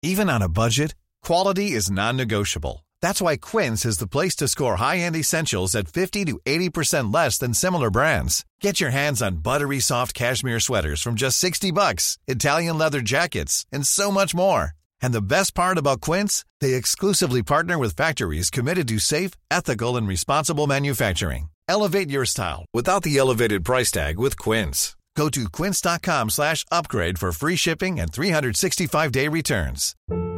Even on a budget, quality is non-negotiable. That's why Quince is the place to score high-end essentials at 50 to 80% less than similar brands. Get your hands on buttery soft cashmere sweaters from just $60, Italian leather jackets, and so much more. And the best part about Quince, they exclusively partner with factories committed to safe, ethical, and responsible manufacturing. Elevate your style without the elevated price tag with Quince. Go to quince.com/upgrade for free shipping and 365-day returns.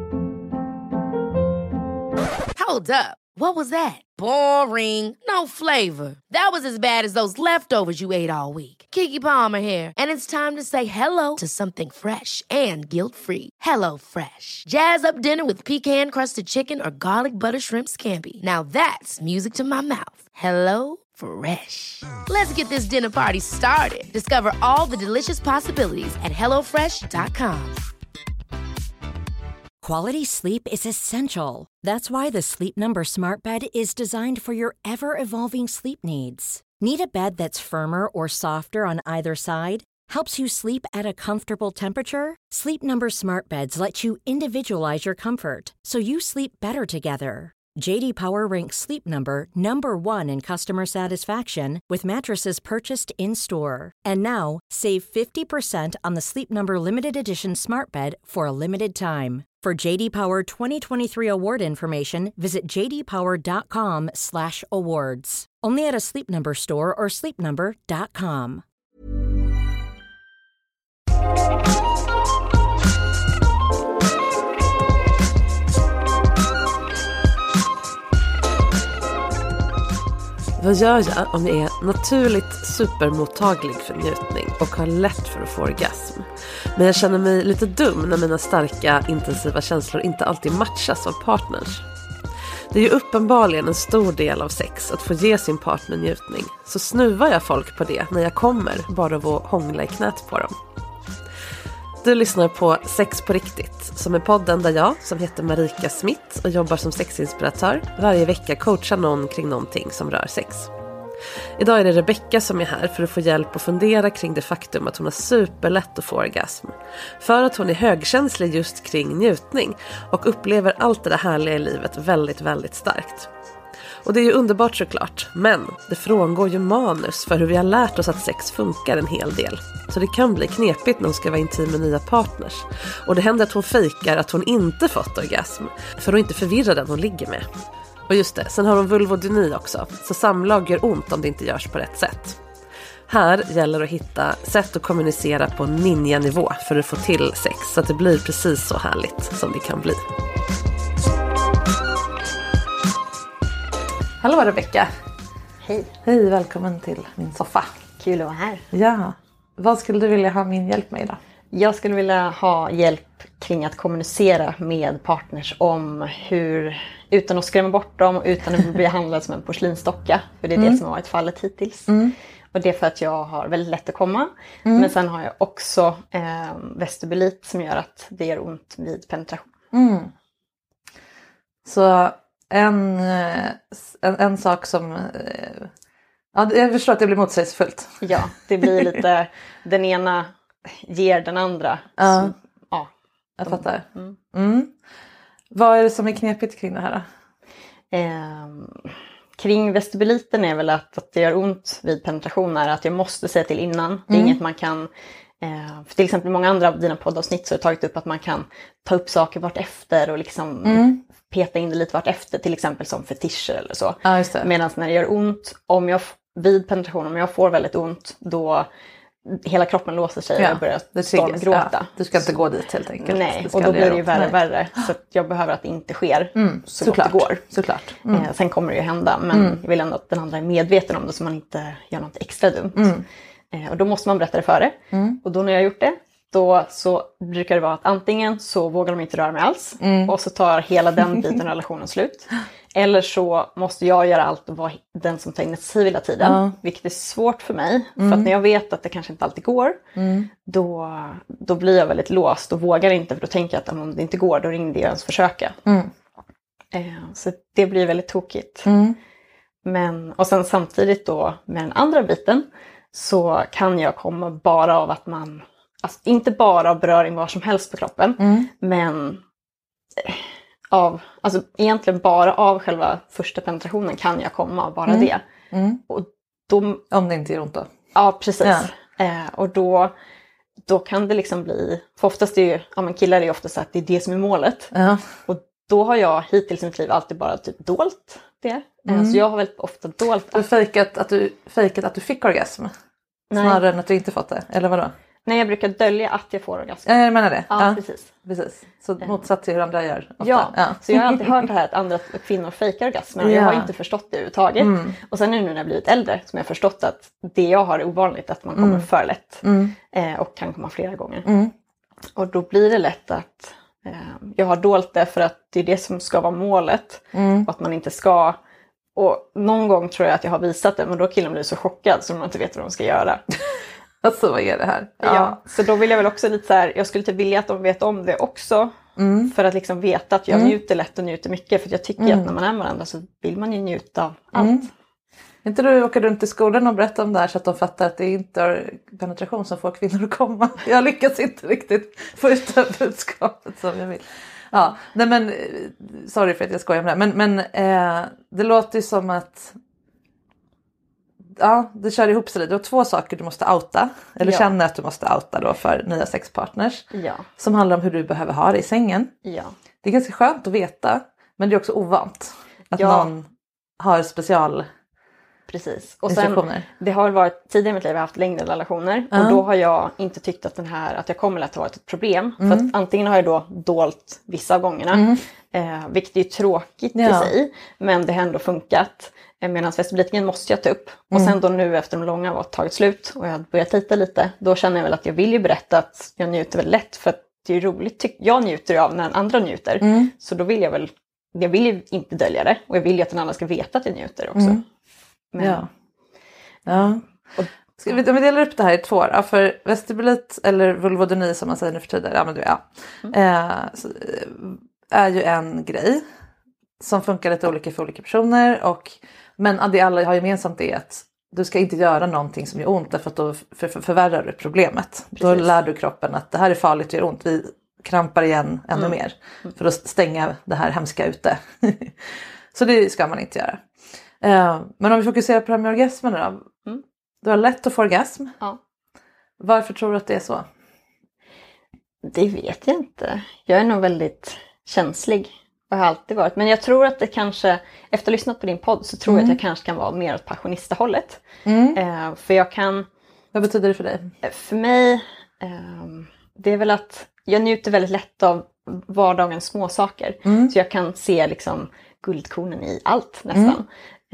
Hold up. What was that? Boring. No flavor. That was as bad as those leftovers you ate all week. Keke Palmer here, and it's time to say hello to something fresh and guilt-free. Hello Fresh. Jazz up dinner with pecan-crusted chicken or garlic butter shrimp scampi. Now that's music to my mouth. Hello Fresh. Let's get this dinner party started. Discover all the delicious possibilities at hellofresh.com. Quality sleep is essential. That's why the Sleep Number Smart Bed is designed for your ever-evolving sleep needs. Need a bed that's firmer or softer on either side? Helps you sleep at a comfortable temperature? Sleep Number Smart Beds let you individualize your comfort, so you sleep better together. J.D. Power ranks Sleep Number #1 in customer satisfaction with mattresses purchased in-store. And now, save 50% on the Sleep Number Limited Edition Smart Bed for a limited time. For J.D. Power 2023 award information, visit jdpower.com/awards. Only at a Sleep Number store or sleepnumber.com. Vad gör jag om jag är naturligt supermottaglig för njutning och har lätt för att få orgasm? Men jag känner mig lite dum när mina starka, intensiva känslor inte alltid matchas av partners. Det är ju uppenbarligen en stor del av sex att få ge sin partner njutning. Så snuvar jag folk på det när jag kommer, bara av att hångla i knät på dem. Du lyssnar på Sex på riktigt, som är podden där jag, som heter Marika Smith och jobbar som sexinspiratör, varje vecka coachar någon kring någonting som rör sex. Idag är det Rebecca som är här för att få hjälp att fundera kring det faktum att hon har superlätt att få orgasm. För att hon är högkänslig just kring njutning och upplever allt det där härliga i livet väldigt, väldigt starkt. Och det är ju underbart såklart, men det frångår ju manus för hur vi har lärt oss att sex funkar en hel del. Så det kan bli knepigt när hon ska vara intim med nya partners. Och det händer att hon fejkar att hon inte fått orgasm för att inte förvirra den hon ligger med. Och just det, sen har hon vulvodyni också, så samlag gör ont om det inte görs på rätt sätt. Här gäller det att hitta sätt att kommunicera på ninja-nivå för att få till sex så att det blir precis så härligt som det kan bli. Hallå Rebecca. Hej. Hej, välkommen till min soffa. Kul att vara här. Ja, vad skulle du vilja ha min hjälp med idag? Jag skulle vilja ha hjälp kring att kommunicera med partners om hur, utan att skrämma bort dem, utan att bli behandlad som en porslinsdocka. För det är det som har varit fallet hittills. Och det är för att jag har väldigt lätt att komma. Men sen har jag också vestibulit som gör att det gör ont vid penetration. Så en sak som... Ja, jag förstår att det blir motsägelsefullt. Ja, det blir lite... Den ena ger den andra. Ja, så, ja. Jag fattar. Vad är det som är knepigt kring det här då? Kring vestibuliten är väl att det gör ont vid penetration är att jag måste säga till innan. Det är inget man kan... För till exempel i många andra av dina poddavsnitt så har jag tagit upp att man kan ta upp saker vart efter och liksom peta in det lite vart efter, till exempel som fetischer eller så. Ja, just det. Medan när det gör ont, vid penetration, om jag får väldigt ont, då hela kroppen låser sig och jag börjar stormgråta. Ja, du ska inte gå dit helt enkelt. Nej, och då blir det ju värre. Så att jag behöver att det inte sker så gott det går. Såklart. Sen kommer det ju hända, men jag vill ändå att den andra är medveten om det så man inte gör något extra dumt. Och då måste man berätta det före. Och då när jag har gjort det, då så brukar det vara att antingen så vågar de inte röra mig alls. Och så tar hela den biten av relationen slut. Eller så måste jag göra allt och vara den som tar initiativ hela tiden. Vilket är svårt för mig. För att när jag vet att det kanske inte alltid går. Då blir jag väldigt låst och vågar inte. För då tänker jag att om det inte går, då ringde jag ens försöka. Så det blir väldigt tokigt. Och sen samtidigt då med den andra biten. Så kan jag komma bara av att man... Alltså inte bara av beröring var som helst på kroppen. Men alltså egentligen bara av själva första penetrationen kan jag komma, bara det. Och då, om det inte gör ont då. Ja, precis. Och då kan det liksom bli, för oftast är ju, men killar är ju ofta så att det är det som är målet. Och då har jag hittills i mitt liv alltid bara typ dolt det. Så jag har väldigt ofta dolt. Du har fejkat att du fick orgasm? Nej. Snarare än att du inte fått det, eller vadå? Nej, jag brukar dölja att jag får orgasm. Ja, jag menar det. Ja, precis. Så motsatt till hur andra gör ofta. Ja, så jag har alltid hört det här att andra kvinnor fejkar orgasmer. Jag har inte förstått det överhuvudtaget. Och sen nu när jag har blivit äldre som jag har förstått att det jag har är ovanligt, att man kommer för lätt. Och kan komma flera gånger. Och då blir det lätt att jag har dolt det för att det är det som ska vara målet. Och att man inte ska... Och någon gång tror jag att jag har visat det, men då killen blir så chockad så de inte vet vad de ska göra. Alltså vad är det här? Ja, så då vill jag väl också lite så här, jag skulle typ vilja att de vet om det också. För att liksom veta att jag njuter lätt och njuter mycket. För jag tycker att när man är med varandra så vill man ju njuta av allt. Inte du åker runt i skolan och berättar om det här så att de fattar att det inte är penetration som får kvinnor att komma. Jag lyckas inte riktigt få ut det budskapet som jag vill. Ja, nej men sorry för att jag skojar med det. Men det låter ju som att det kör ihop sig. Du har 2 saker du måste outa. Eller känner att du måste outa då för nya sexpartners. Ja. Som handlar om hur du behöver ha det i sängen. Ja. Det är ganska skönt att veta. Men det är också ovant. Att någon har special... Precis. Och sen, det har varit tidigare i mitt liv jag har haft längre relationer. Och då har jag inte tyckt att att jag kommer att ha varit ett problem. För att antingen har jag då dolt vissa av gångerna. Vilket är ju tråkigt i sig. Men det har ändå funkat. Medan vestibulitikern måste jag ta upp. Och sen då nu efter de långa var tagit slut. Och jag har börjat tita lite. Då känner jag väl att jag vill ju berätta att jag njuter väldigt lätt. För att det är roligt. Jag njuter av när andra njuter. Så då vill jag vill ju inte dölja det. Och jag vill ju att den andra ska veta att jag njuter också. Men. Ja. Ska vi delar upp det här i 2 då? För vestibulit eller vulvodyni som man säger nu för tiden, är ju en grej som funkar lite olika för olika personer. Men det alla har gemensamt är att du ska inte göra någonting som gör ont därför att då förvärrar du problemet. Precis. Då lär du kroppen att det här är farligt och gör ont. Vi krampar igen ännu mer för att stänga det här hemska ute. Så det ska man inte göra. Men om vi fokuserar på det här med orgasmen då. Du har lätt att få orgasm. Ja. Varför tror du att det är så? Det vet jag inte. Jag är nog väldigt känslig. Och har alltid varit. Men jag tror att det kanske, efter att ha lyssnat på din podd så tror jag att jag kanske kan vara mer åt passionistahållet. För jag kan... Vad betyder det för dig? För mig, det är väl att jag njuter väldigt lätt av vardagens små saker. Så jag kan se liksom guldkornen i allt nästan.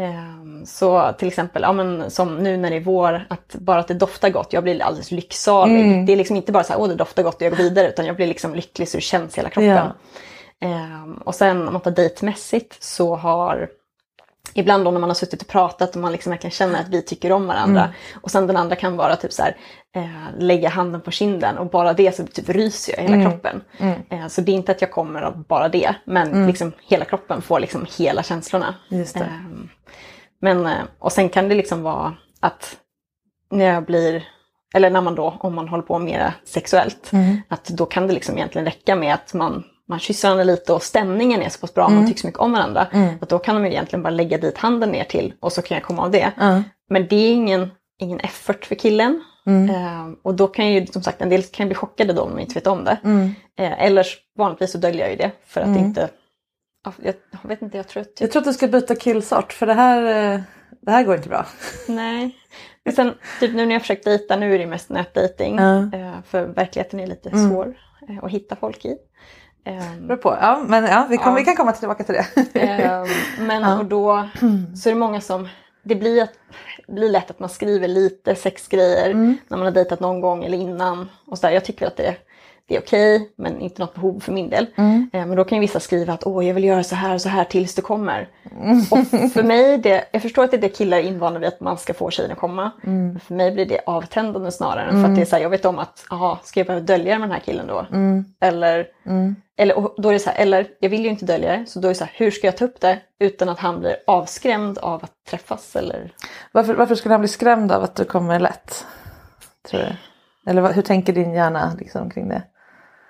Så till exempel, som nu när det är vår, att det doftar gott, jag blir alldeles lycksalig. Det är liksom inte bara så här, det doftar gott och jag går vidare, utan jag blir liksom lycklig så det känns i hela kroppen. Och sen om man tar dejtmässigt så har ibland då när man har suttit och pratat och man liksom verkligen känner att vi tycker om varandra. Och sen den andra kan vara typ så här, lägga handen på kinden och bara det så typ ryser jag i hela kroppen. Så det är inte att jag kommer av bara det, men liksom hela kroppen får liksom hela känslorna. Just det. Men, och sen kan det liksom vara att när jag blir, eller när man då, om man håller på mer sexuellt, att då kan det liksom egentligen räcka med att man kysser varandra lite och stämningen är så pass bra, man tycker så mycket om varandra. Att då kan de egentligen bara lägga dit handen ner till och så kan jag komma av det. Men det är ingen effort för killen. Och då kan ju som sagt en del kan bli chockade då om de inte vet om det. Eller vanligtvis så döljer jag ju det för att inte... Jag vet inte, jag tror att du ska byta killsort för det här går inte bra. Nej. Men sen typ nu när jag försökt dejta, nu är det mest nätdating. För verkligheten är lite svår att hitta folk i. Beror på. Ja, men vi kan komma tillbaka till det. Och då så är det många som... Det blir lätt att man skriver lite sexgrejer när man har dejtat någon gång eller innan. Och så där. Jag tycker att det är okej, men inte något behov för min del. Men då kan ju vissa skriva att jag vill göra så här tills det kommer. Och för mig, jag förstår att det är det killar är invanda vid att man ska få tjejen att komma. Men för mig blir det avtändande snarare. För att det är så här, jag vet om att, ska jag behöva dölja det med den här killen då? Eller då är det så här, eller jag vill ju inte dölja det. Så då är det så här, hur ska jag ta upp det utan att han blir avskrämd av att träffas? Eller? Varför skulle han bli skrämd av att du kommer lätt? Tror du? Eller hur tänker din hjärna liksom kring det?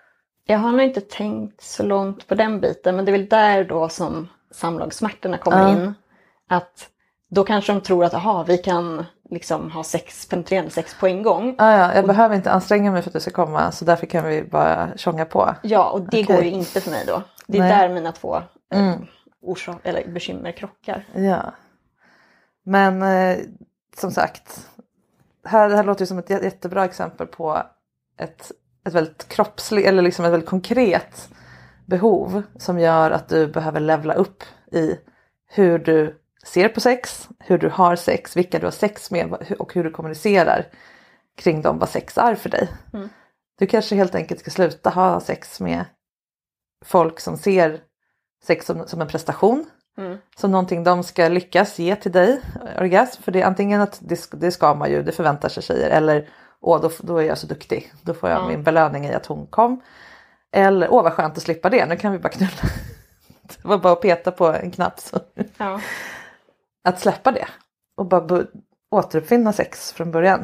Jag har nog inte tänkt så långt på den biten, men det är väl där då som samlagssmärtorna kommer in. Att då kanske de tror att vi kan liksom ha penetrerande sex på en gång. Jag behöver inte anstränga mig för att det ska komma, så därför kan vi bara tjonga på. Ja, och det går ju inte för mig då. Det är där mina två eller bekymmer krockar. Ja. Men som sagt, här låter det som ett jättebra exempel på ett väldigt kroppsligt eller liksom ett väldigt konkret behov som gör att du behöver levla upp i hur du ser på sex, hur du har sex, vilka du har sex med och hur du kommunicerar kring dem, vad sex är för dig. Du kanske helt enkelt ska sluta ha sex med folk som ser sex som en prestation. Som någonting de ska lyckas ge till dig, orgasm. För det är antingen att det ska man ju, det förväntar sig tjejer. Eller då är jag så duktig, då får jag min belöning i att hon kom. Eller vad skönt att slippa det, nu kan vi bara knulla. Det var bara att peta på en knapp. Så. Ja. Att släppa det och bara återuppfinna sex från början.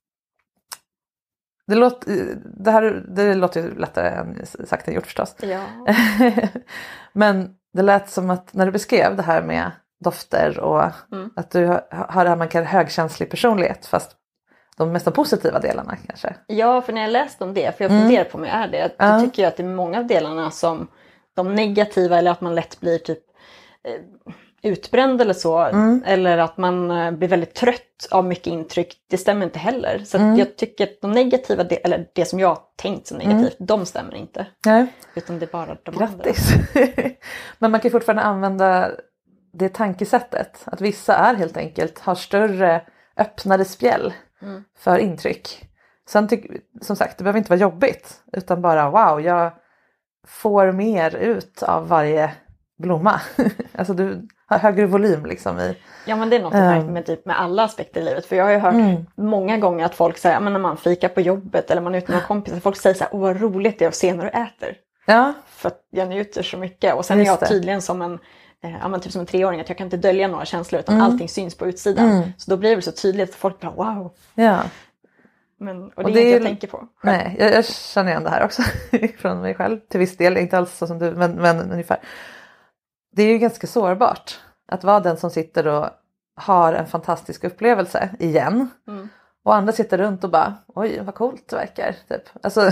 Det låter ju lättare än sagt än gjort förstås. Ja. Men det lät som att när du beskrev det här med dofter och att du har det här man kallar högkänslig personlighet, fast de mest positiva delarna kanske. Ja, för när jag läste om det, för jag funderar på mig är det. Jag tycker jag att det är många av delarna som de negativa, eller att man lätt blir typ utbränd eller så. Eller att man blir väldigt trött av mycket intryck. Det stämmer inte heller. Så att jag tycker att de negativa, eller det som jag tänkt som negativt, de stämmer inte. Nej. Utan det är bara de Grattis. Andra. Men man kan fortfarande använda det tankesättet. Att vissa är helt enkelt, har större öppnade spjäll för intryck. Sen som sagt, det behöver inte vara jobbigt. Utan bara wow, jag får mer ut av varje blomma. Alltså du har högre volym liksom i. Ja, men det är något med alla aspekter i livet. För jag har ju hört många gånger att folk säger, men när man fikar på jobbet eller man är ute med kompisar, folk säger så här, vad roligt det är att se när du äter. Ja. För att jag njuter så mycket. Och sen är jag tydligen som en typ som en 3-åring, att jag kan inte dölja några känslor utan allting syns på utsidan. Så då blir det väl så tydligt att folk bara wow. Ja. Och det är inget jag tänker på. Nej, jag känner igen det här också från mig själv till viss del, inte alls så som du, men ungefär. Det är ju ganska sårbart att vara den som sitter och har en fantastisk upplevelse igen. Och andra sitter runt och bara, oj vad coolt det verkar. Typ. Alltså,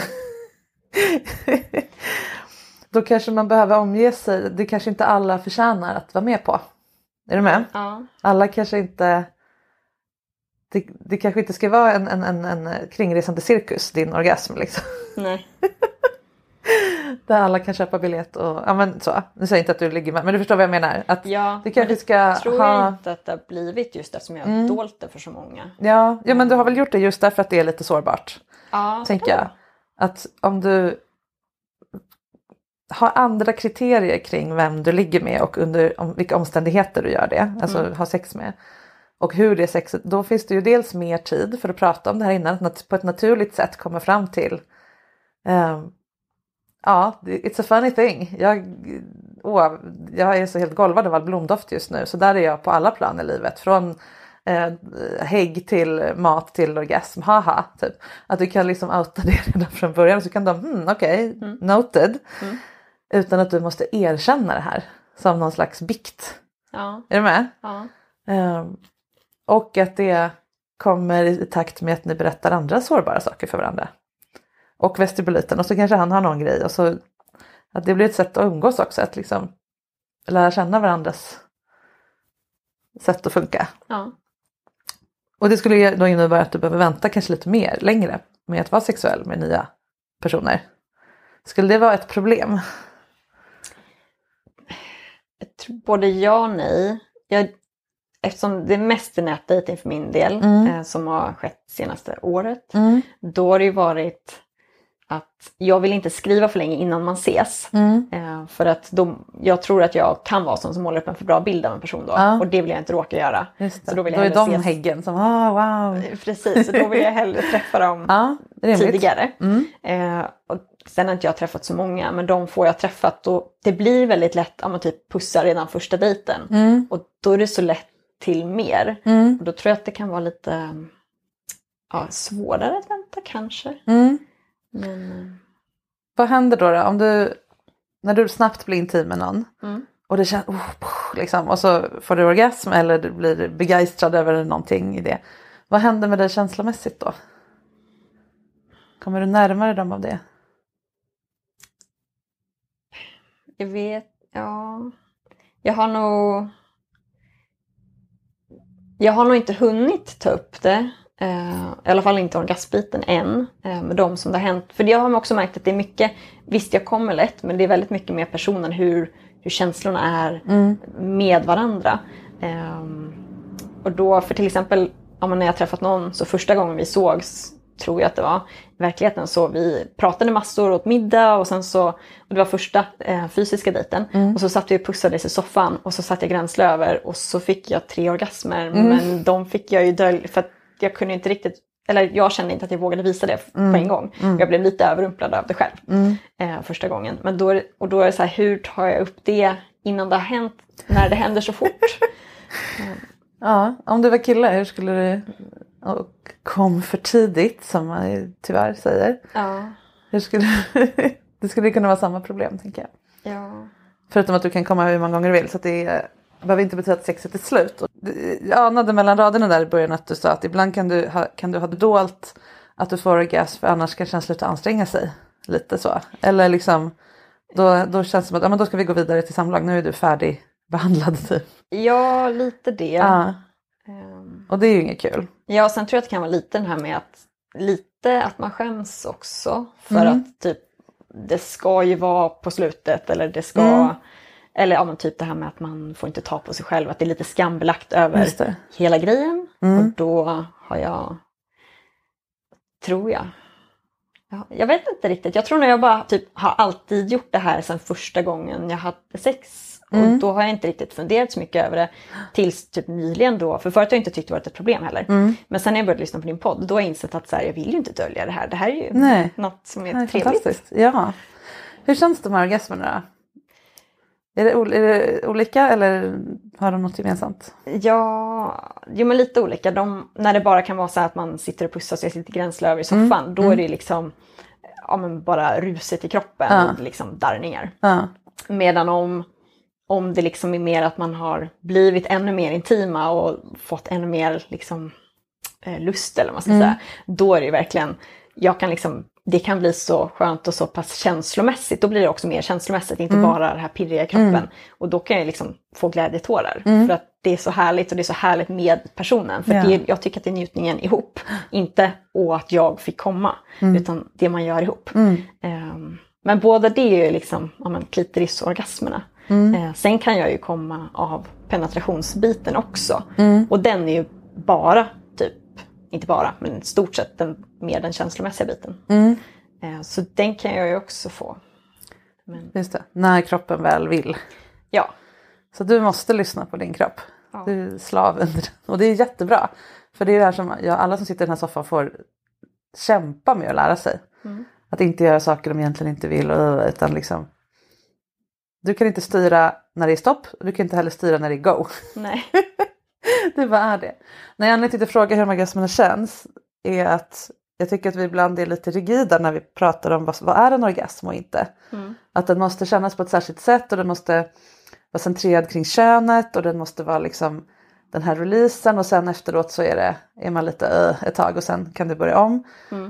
då kanske man behöver omge sig, det kanske inte alla förtjänar att vara med på. Är du med? Ja. Alla kanske inte, det kanske inte ska vara en kringresande cirkus, din orgasm liksom. Nej. Där alla kan köpa biljett och ja men så. Nu säger jag inte att du ligger med, men du förstår vad jag menar. Att ja, det kanske ska jag tror inte att det har blivit just eftersom jag har dolt det för så många. Ja, men du har väl gjort det just därför att det är lite sårbart. Ja, tänker jag. Att om du har andra kriterier kring vem du ligger med och under vilka omständigheter du gör det. Alltså har sex med. Och hur det är sexet. Då finns det ju dels mer tid för att prata om det här innan. Att på ett naturligt sätt komma fram till it's a funny thing. Jag är så helt golvad av all blomdoft just nu. Så där är jag på alla plan i livet. Från hägg till mat till orgasm. Haha, typ. Att du kan liksom outa det redan från början. Så kan de, noted. Utan att du måste erkänna det här. Som någon slags bikt. Ja. Är du med? Ja. Och att det kommer i takt med att ni berättar andra sårbara saker för varandra. Och vestibuliten. Och så kanske han har någon grej. Och så att det blir ett sätt att umgås också. Att liksom lära känna varandras sätt att funka. Ja. Och det skulle då innebära att du behöver vänta kanske lite längre med att vara sexuell med nya personer. Skulle det vara ett problem? Jag tror både ja och nej. Eftersom det är mest nätdejting för min del som har skett senaste året. Då har det ju varit att jag vill inte skriva för länge innan man ses. För att jag tror att jag kan vara sån som målar upp en för bra bild av en person då. Ja. Och det vill jag inte råka göra. Så då vill jag är de häggen som wow. Precis, så då vill jag hellre träffa dem tidigare. Och sen har inte jag träffat så många, men de får jag träffat. Och det blir väldigt lätt att man typ pussar redan första dejten. Och då är det så lätt till mer. Och då tror jag att det kan vara lite svårare att vänta kanske. Men Vad händer då om när du snabbt blir intim med någon och det känns liksom, och så får du orgasm eller du blir begeistrad över någonting i det. Vad händer med dig känslomässigt då? Kommer du närmare dem av det? Jag vet, ja. Jag har nog inte hunnit ta upp det. I alla fall inte orgasmbiten än. Med de som det har hänt. För jag har också märkt att det är mycket, visst jag kommer lätt, men det är väldigt mycket med personen hur känslorna är med varandra. Och då, för till exempel, när jag träffat någon, så första gången vi sågs, tror jag att det var, i verkligheten, så vi pratade massor åt middag och sen så, och det var första fysiska dejten, och så satt vi och pussades i soffan och så satt jag gränslöver och så fick jag 3 orgasmer, men de fick jag ju dölja för att jag kunde inte riktigt, eller jag kände inte att jag vågade visa det på en gång. Jag blev lite överrumplad av det själv första gången. Men då är det så här, hur tar jag upp det innan det har hänt, när det händer så fort? Ja, om du var kille, hur skulle du, och kom för tidigt som man tyvärr säger. Ja. Hur skulle det skulle kunna vara samma problem, tänker jag. Ja. Förutom att du kan komma hur många gånger du vill, så att det behöver inte betyda att sexet är slut. Jag anade mellan raderna där i början att du sa att ibland kan du ha dolt att du får orgasm, för annars kanske han slutar anstränga sig lite så. Eller liksom, då känns det som att men då ska vi gå vidare till samlag, nu är du färdig behandlad typ. Ja, lite det. Ja. Och det är ju inget kul. Ja, sen tror jag att det kan vara lite den här med att man skäms också. För att typ, det ska ju vara på slutet, eller det ska... Eller men typ det här med att man får inte ta på sig själv. Att det är lite skambelagt över hela grejen. Och då har jag... Tror jag. Jag vet inte riktigt. Jag tror när jag bara typ har alltid gjort det här sedan första gången jag hade sex. Och då har jag inte riktigt funderat så mycket över det. Tills typ nyligen då. För förut har jag inte tyckt det varit ett problem heller. Men sen när jag började lyssna på din podd. Då har jag insett att så här, jag vill ju inte dölja det här. Det här är ju något som är trevligt. Fantastiskt. Ja. Hur känns de här orgasmerna? Är det olika eller har de något gemensamt? Ja, men lite olika. När det bara kan vara så här att man sitter och pussar sig, sitter gränslöver i soffan. Då är det liksom men bara ruset i kroppen och liksom darrningar. Medan om det liksom är mer att man har blivit ännu mer intima och fått ännu mer liksom, lust eller vad man ska säga. Då är det verkligen, det kan bli så skönt och så pass känslomässigt. Då blir det också mer känslomässigt, inte bara det här pirriga i kroppen. Och då kan jag liksom få glädjetårar. För att det är så härligt och det är så härligt med personen. För jag tycker att det är njutningen ihop. Inte att jag fick komma, utan det man gör ihop. Men båda det är ju liksom klitorisorgasmerna. Sen kan jag ju komma av penetrationsbiten också. Och den är ju bara typ, inte bara, men stort sett mer den känslomässiga biten. Så den kan jag ju också få. Men... Just det, när kroppen väl vill. Ja. Så du måste lyssna på din kropp. Ja. Du är slav under den. Och det är jättebra. För det är det här som alla som sitter i den här soffan får kämpa med att lära sig. Att inte göra saker de egentligen inte vill. Utan liksom, du kan inte styra när det är stopp. Du kan inte heller styra när det är go. Nej. Det bara är det. När jag inte frågar hur orgasmerna känns, är att jag tycker att vi ibland är lite rigida när vi pratar om vad är en orgasm och inte. Att den måste kännas på ett särskilt sätt och den måste vara centrerad kring könet och den måste vara liksom den här releasen och sen efteråt så är man lite ett tag och sen kan det börja om.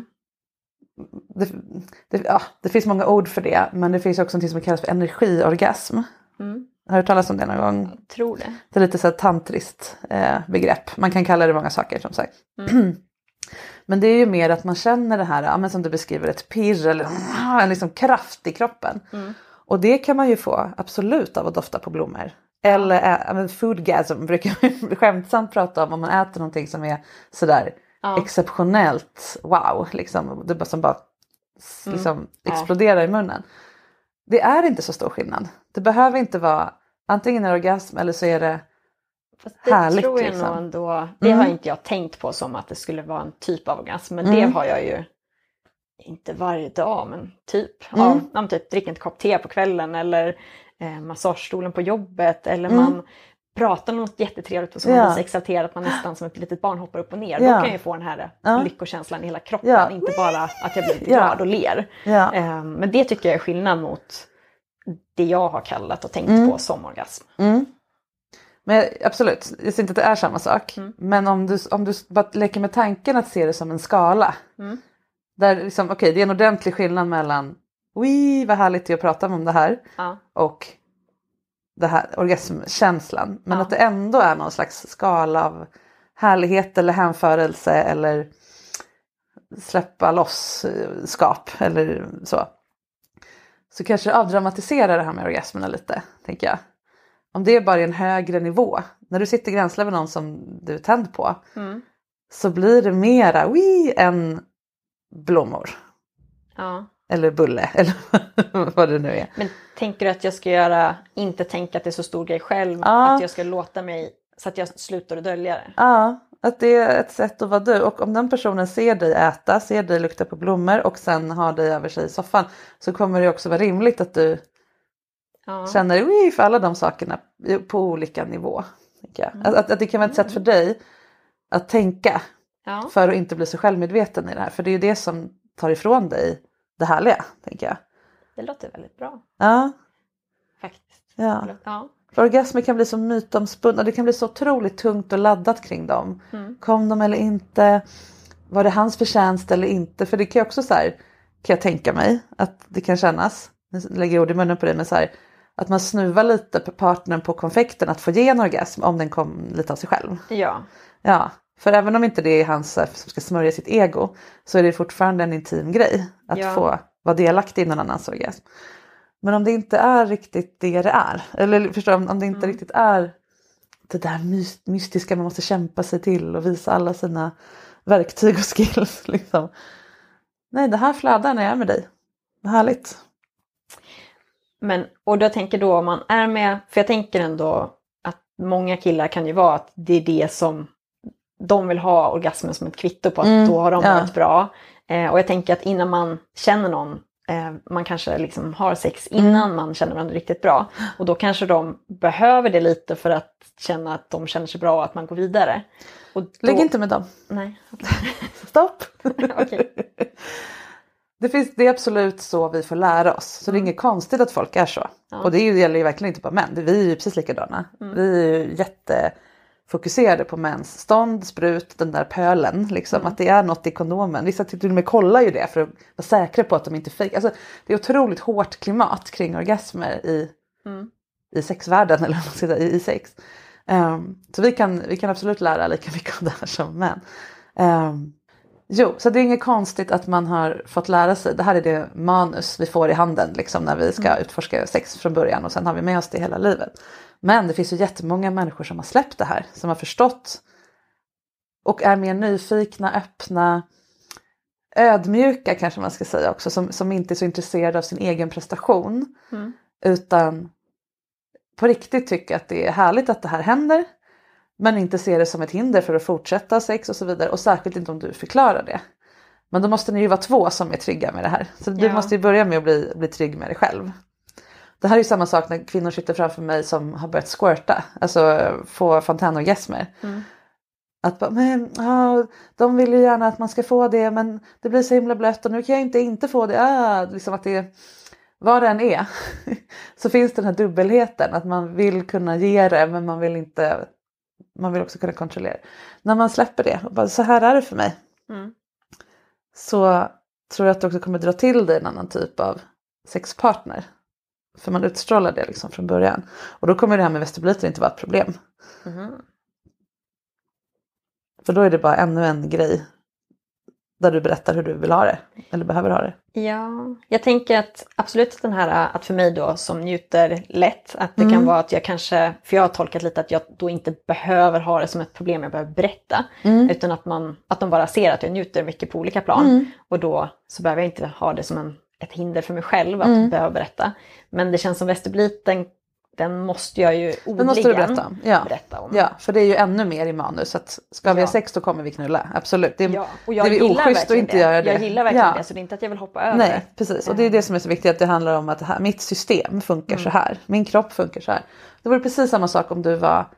Det finns många ord för det, men det finns också något som kallas för energiorgasm. Har du talat om det någon gång? Jag tror det. Det är lite så här tantriskt begrepp. Man kan kalla det många saker som sagt. Men det är ju mer att man känner det här, men som du beskriver, ett pirr eller en liksom kraft i kroppen. Och det kan man ju få absolut av att dofta på blommor. Eller foodgasm brukar man skämtsamt prata om man äter någonting som är sådär exceptionellt wow. Liksom, det bara som bara liksom exploderar i munnen. Det är inte så stor skillnad. Det behöver inte vara antingen en orgasm eller så är det härligt. Det tror jag liksom. nog ändå. Det har inte jag tänkt på som att det skulle vara en typ av orgasm. Men det har jag ju inte varje dag. Men typ. Typ dricka en kopp te på kvällen. Eller massagestolen på jobbet. Eller man pratar något jättetrevligt och så man blir så exalterad att man nästan som ett litet barn hoppar upp och ner. Då kan jag få den här lyckokänslan i hela kroppen. Inte bara att jag blir lite glad och ler. Men det tycker jag är skillnad mot det jag har kallat och tänkt på som orgasm. Men absolut, jag ser inte att det är samma sak. Men om du bara leker med tanken att se det som en skala. Där liksom, okej, det är en ordentlig skillnad mellan vad härligt det är att prata om det här. Och det här orgasmkänslan. Men att det ändå är någon slags skala av härlighet eller hänförelse eller släppa loss-skap eller så. Så kanske avdramatisera det här med orgasmerna lite, tänker jag. Om det är bara en högre nivå. När du sitter gränsle med någon som du är tänd på. Så blir det mera än blommor. Eller bulle. Eller vad det nu är. Men tänker du att jag ska inte tänka att det är så stor grej själv. Att jag ska låta mig så att jag slutar att dölja det. Ja, att det är ett sätt att vara du. Och om den personen ser dig äta, ser dig lukta på blommor och sen har dig över sig i soffan. Så kommer det också vara rimligt att du känner för alla de sakerna på olika nivå. Att det kan vara ett sätt för dig att tänka. För att inte bli så självmedveten i det här. För det är ju det som tar ifrån dig det härliga, tänker jag. Det låter väldigt bra. Ja. Faktiskt. Ja. För orgasmer kan bli så mytomspunna. Det kan bli så otroligt tungt och laddat kring dem. Kom de eller inte? Var det hans förtjänst eller inte? För det kan ju också så här, kan jag tänka mig att det kan kännas. Nu lägger jag ord i munnen på det, men så här, att man snuvar lite på partnern på konfekten att få ge en orgasm om den kom lite av sig själv. Ja. För även om inte det är hans som ska smörja sitt ego, så är det fortfarande en intim grej att få vara delaktig i någon annans orgasm. Men om det inte är riktigt det är, eller förstår om det inte riktigt är det där mystiska man måste kämpa sig till och visa alla sina verktyg och skills liksom. Nej, det här flödar när jag är med dig. Vad härligt. Men, och då tänker då om man är med, för jag tänker ändå att många killar kan ju vara att det är det som de vill ha orgasmen som ett kvitto på att då har de varit bra. Och jag tänker att innan man känner någon, man kanske liksom har sex innan man känner varandra riktigt bra. Och då kanske de behöver det lite för att känna att de känner sig bra och att man går vidare. Och då... Lägg inte med dem. Nej. Stopp. Okej. Det är absolut så vi får lära oss. Så det är inget konstigt att folk är så. Och det gäller ju verkligen inte bara män. Vi är ju precis likadana. Vi är ju jättefokuserade på mäns stånd, sprut, den där pölen. Liksom. Att det är något i kondomen. Vissa till och med kollar ju det för att vara säkra på att de inte fejkar. Alltså, det är otroligt hårt klimat kring orgasmer i sexvärlden. Eller vad man ska säga, i sex. Så vi kan absolut lära lika mycket om det här som män. Så det är inget konstigt att man har fått lära sig. Det här är det manus vi får i handen liksom, när vi ska utforska sex från början. Och sen har vi med oss det hela livet. Men det finns ju jättemånga människor som har släppt det här. Som har förstått. Och är mer nyfikna, öppna. Ödmjuka kanske man ska säga också. Som inte är så intresserade av sin egen prestation. Utan på riktigt tycker att det är härligt att det här händer. Men inte ser det som ett hinder för att fortsätta sex och så vidare. Och särskilt inte om du förklarar det. Men då måste ni ju vara två som är trygga med det här. Så du måste ju börja med att bli trygg med dig själv. Det här är ju samma sak när kvinnor sitter framför mig som har börjat squirta. Alltså få fontänorgasmer. Att de vill ju gärna att man ska få det. Men det blir så himla blött och nu kan jag inte få det. Liksom att det vad det än är. Så finns den här dubbelheten. Att man vill kunna ge det men man vill inte... Man vill också kunna kontrollera. När man släpper det och bara så här är det för mig. Så tror jag att du också kommer dra till dig en annan typ av sexpartner. För man utstrålar det liksom från början. Och då kommer det här med vestibulit inte vara ett problem. För då är det bara ännu en grej. Där du berättar hur du vill ha det. Eller behöver ha det. Ja, jag tänker att absolut den här att för mig då som njuter lätt. Att det kan vara att jag kanske, för jag har tolkat lite att jag då inte behöver ha det som ett problem jag behöver berätta. Utan att de bara ser att jag njuter mycket på olika plan. Och då så behöver jag inte ha det som ett hinder för mig själv att behöva berätta. Men det känns som vestibuliten, den måste jag ju odligen berätta om. Ja, för det är ju ännu mer i manus. Att ska vi ha sex då kommer vi knulla. Absolut. Det och jag är oschysst att inte göra det. Jag gillar verkligen det. Så det är inte att jag vill hoppa över. Nej, precis. Och det är det som är så viktigt. Att det handlar om att mitt system funkar så här. Min kropp funkar så här. Det vore precis samma sak om du var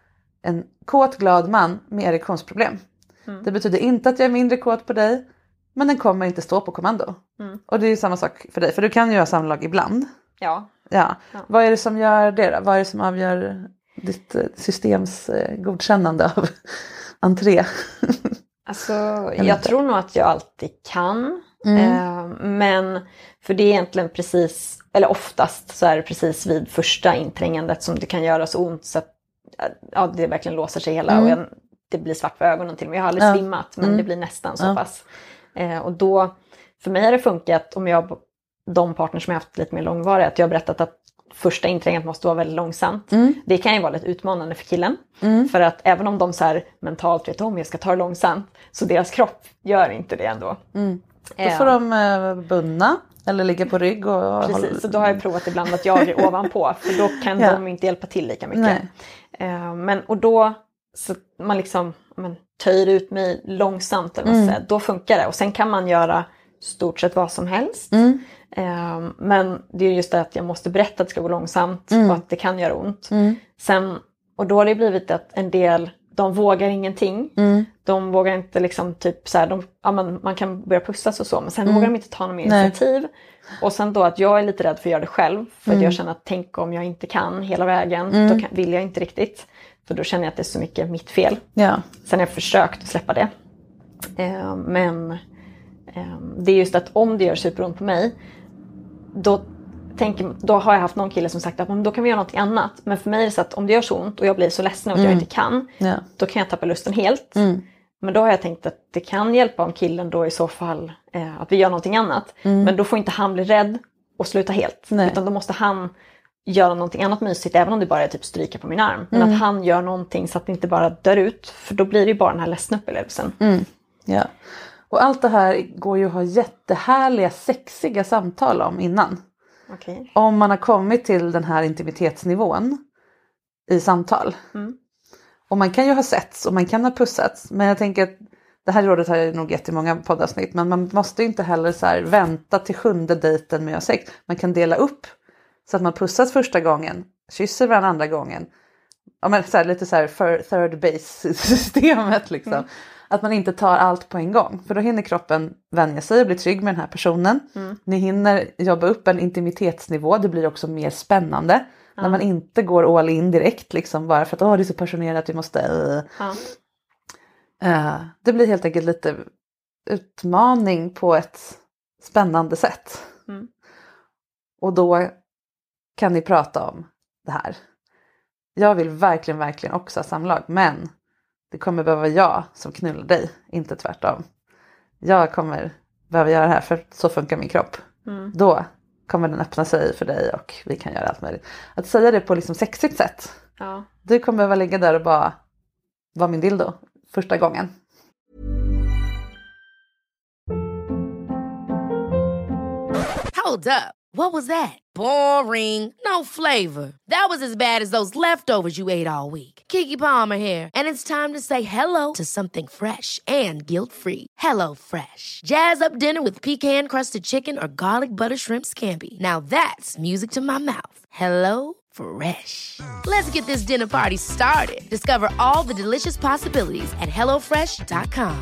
en kåt glad man med erektionsproblem. Det betyder inte att jag är mindre kåt på dig, men den kommer inte stå på kommando. Och det är ju samma sak för dig, för du kan ju ha samlag ibland. Ja. Vad är det som gör det då? Vad är det som avgör ditt systems godkännande av entré? Alltså, jag tror nog att jag alltid kan. Men för det är egentligen precis, eller oftast så är det precis vid första inträngandet som det kan göra så ont så att det verkligen låser sig hela och det blir svart för ögonen till och med. Jag har aldrig svimmat, men det blir nästan så pass. Och då, för mig har det funkat om de partners som jag haft lite mer långvariga, att jag har berättat att första inträngandet måste vara väldigt långsamt. Det kan ju vara lite utmanande för killen. För att även om de så här mentalt vet om jag ska ta det långsamt, så deras kropp gör inte det ändå. Då får de bunna eller ligga på rygg. Precis, så då har jag provat ibland att jag är ovanpå. För då kan de inte hjälpa till lika mycket. Och då så man liksom töjer ut mig långsamt. Eller vad säger, då funkar det. Och sen kan man göra stort sett vad som helst. Men det är just det att jag måste berätta att det ska gå långsamt och att det kan göra ont. Sen, och då har det blivit att en del, de vågar ingenting. De vågar inte liksom typ så här, man kan börja pussas och så, men sen vågar de inte ta något mer initiativ. Och sen då att jag är lite rädd för att göra det själv, för att jag känner att tänk om jag inte kan hela vägen, då vill jag inte riktigt. För då känner jag att det är så mycket mitt fel. Sen har jag försökt att släppa det. Men det är just att om det gör superont på mig, då har jag haft någon kille som sagt att då kan vi göra något annat. Men för mig är det så att om det gör så ont och jag blir så ledsen att jag inte kan, då kan jag tappa lusten helt. Men då har jag tänkt att det kan hjälpa om killen då i så fall att vi gör någonting annat. Men då får inte han bli rädd och sluta helt. Utan då måste han göra någonting annat mysigt, även om det bara är typ stryka på min arm. Men att han gör någonting så att det inte bara dör ut. För då blir det ju bara den här ledsna upplevelsen. Ja. Och allt det här går ju att ha jättehärliga, sexiga samtal om innan. Okay. Om man har kommit till den här intimitetsnivån i samtal. Och man kan ju ha setts och man kan ha pussats. Men jag tänker att det här rådet har jag nog gett i många poddavsnitt. Men man måste ju inte heller så här vänta till 7:e dejten med att ha sex. Man kan dela upp så att man pussas första gången, kysser varandra andra gången. Ja, men så här, lite så här för third base systemet liksom. Att man inte tar allt på en gång. För då hinner kroppen vänja sig och bli trygg med den här personen. Ni hinner jobba upp en intimitetsnivå. Det blir också mer spännande. När man inte går all in direkt. Liksom, bara för att det är så passionerat. Vi måste... det blir helt enkelt lite utmaning på ett spännande sätt. Och då kan ni prata om det här. Jag vill verkligen, verkligen också ha samlag. Men... det kommer behöva jag som knullar dig, inte tvärtom. Jag kommer behöva göra det här, för så funkar min kropp. Då kommer den öppna sig för dig och vi kan göra allt möjligt. Att säga det på liksom sexigt sätt. Du kommer behöva ligga där och bara vara min dildo första gången. Hold up. What was that? Boring. No flavor. That was as bad as those leftovers you ate all week. Keke Palmer here, and it's time to say hello to something fresh and guilt-free. Hello Fresh. Jazz up dinner with pecan-crusted chicken or garlic butter shrimp scampi. Now that's music to my mouth. Hello Fresh. Let's get this dinner party started. Discover all the delicious possibilities at hellofresh.com.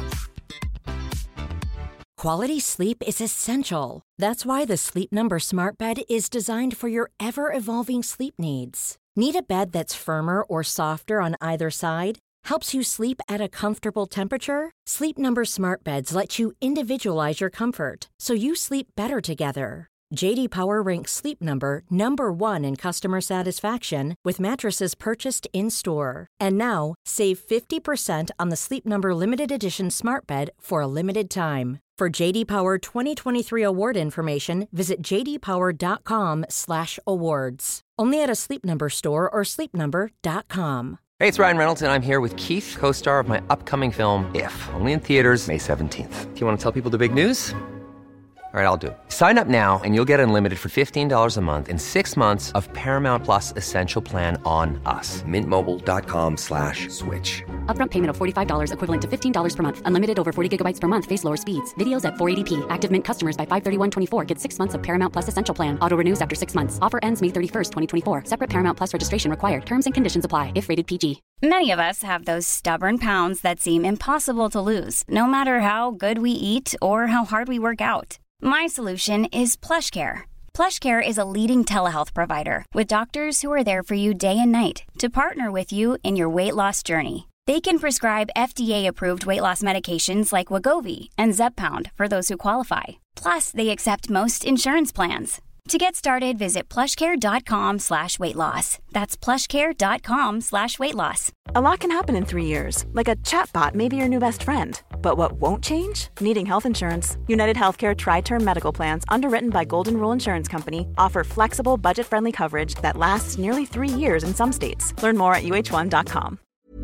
Quality sleep is essential. That's why the Sleep Number Smart Bed is designed for your ever-evolving sleep needs. Need a bed that's firmer or softer on either side? Helps you sleep at a comfortable temperature? Sleep Number Smart Beds let you individualize your comfort, so you sleep better together. J.D. Power ranks Sleep Number #1 in customer satisfaction with mattresses purchased in-store. And now, save 50% on the Sleep Number Limited Edition Smart Bed for a limited time. For JD Power 2023 award information, visit jdpower.com/awards. Only at a Sleep Number store or sleepnumber.com. Hey, it's Ryan Reynolds, and I'm here with Keith, co-star of my upcoming film, If, only in theaters May 17th. Do you want to tell people the big news? All right, I'll do it. Sign up now and you'll get unlimited for $15 a month and 6 months of Paramount Plus Essential Plan on us. Mintmobile.com/switch. Upfront payment of $45 equivalent to $15 per month. Unlimited over 40 gigabytes per month. Face lower speeds. Videos at 480p. Active Mint customers by 531.24 get 6 months of Paramount Plus Essential Plan. Auto renews after 6 months. Offer ends May 31st, 2024. Separate Paramount Plus registration required. Terms and conditions apply if rated PG. Many of us have those stubborn pounds that seem impossible to lose, no matter how good we eat or how hard we work out. My solution is PlushCare. PlushCare is a leading telehealth provider with doctors who are there for you day and night to partner with you in your weight loss journey. They can prescribe FDA-approved weight loss medications like Wegovy and Zepbound for those who qualify. Plus, they accept most insurance plans. To get started, visit plushcare.com/weightloss. That's plushcare.com/weightloss. A lot can happen in 3 years, like a chatbot may be your new best friend. But what won't change? Needing health insurance. United Healthcare Tri-Term Medical Plans, underwritten by Golden Rule Insurance Company, offer flexible, budget-friendly coverage that lasts nearly 3 years in some states. Learn more at uh1.com.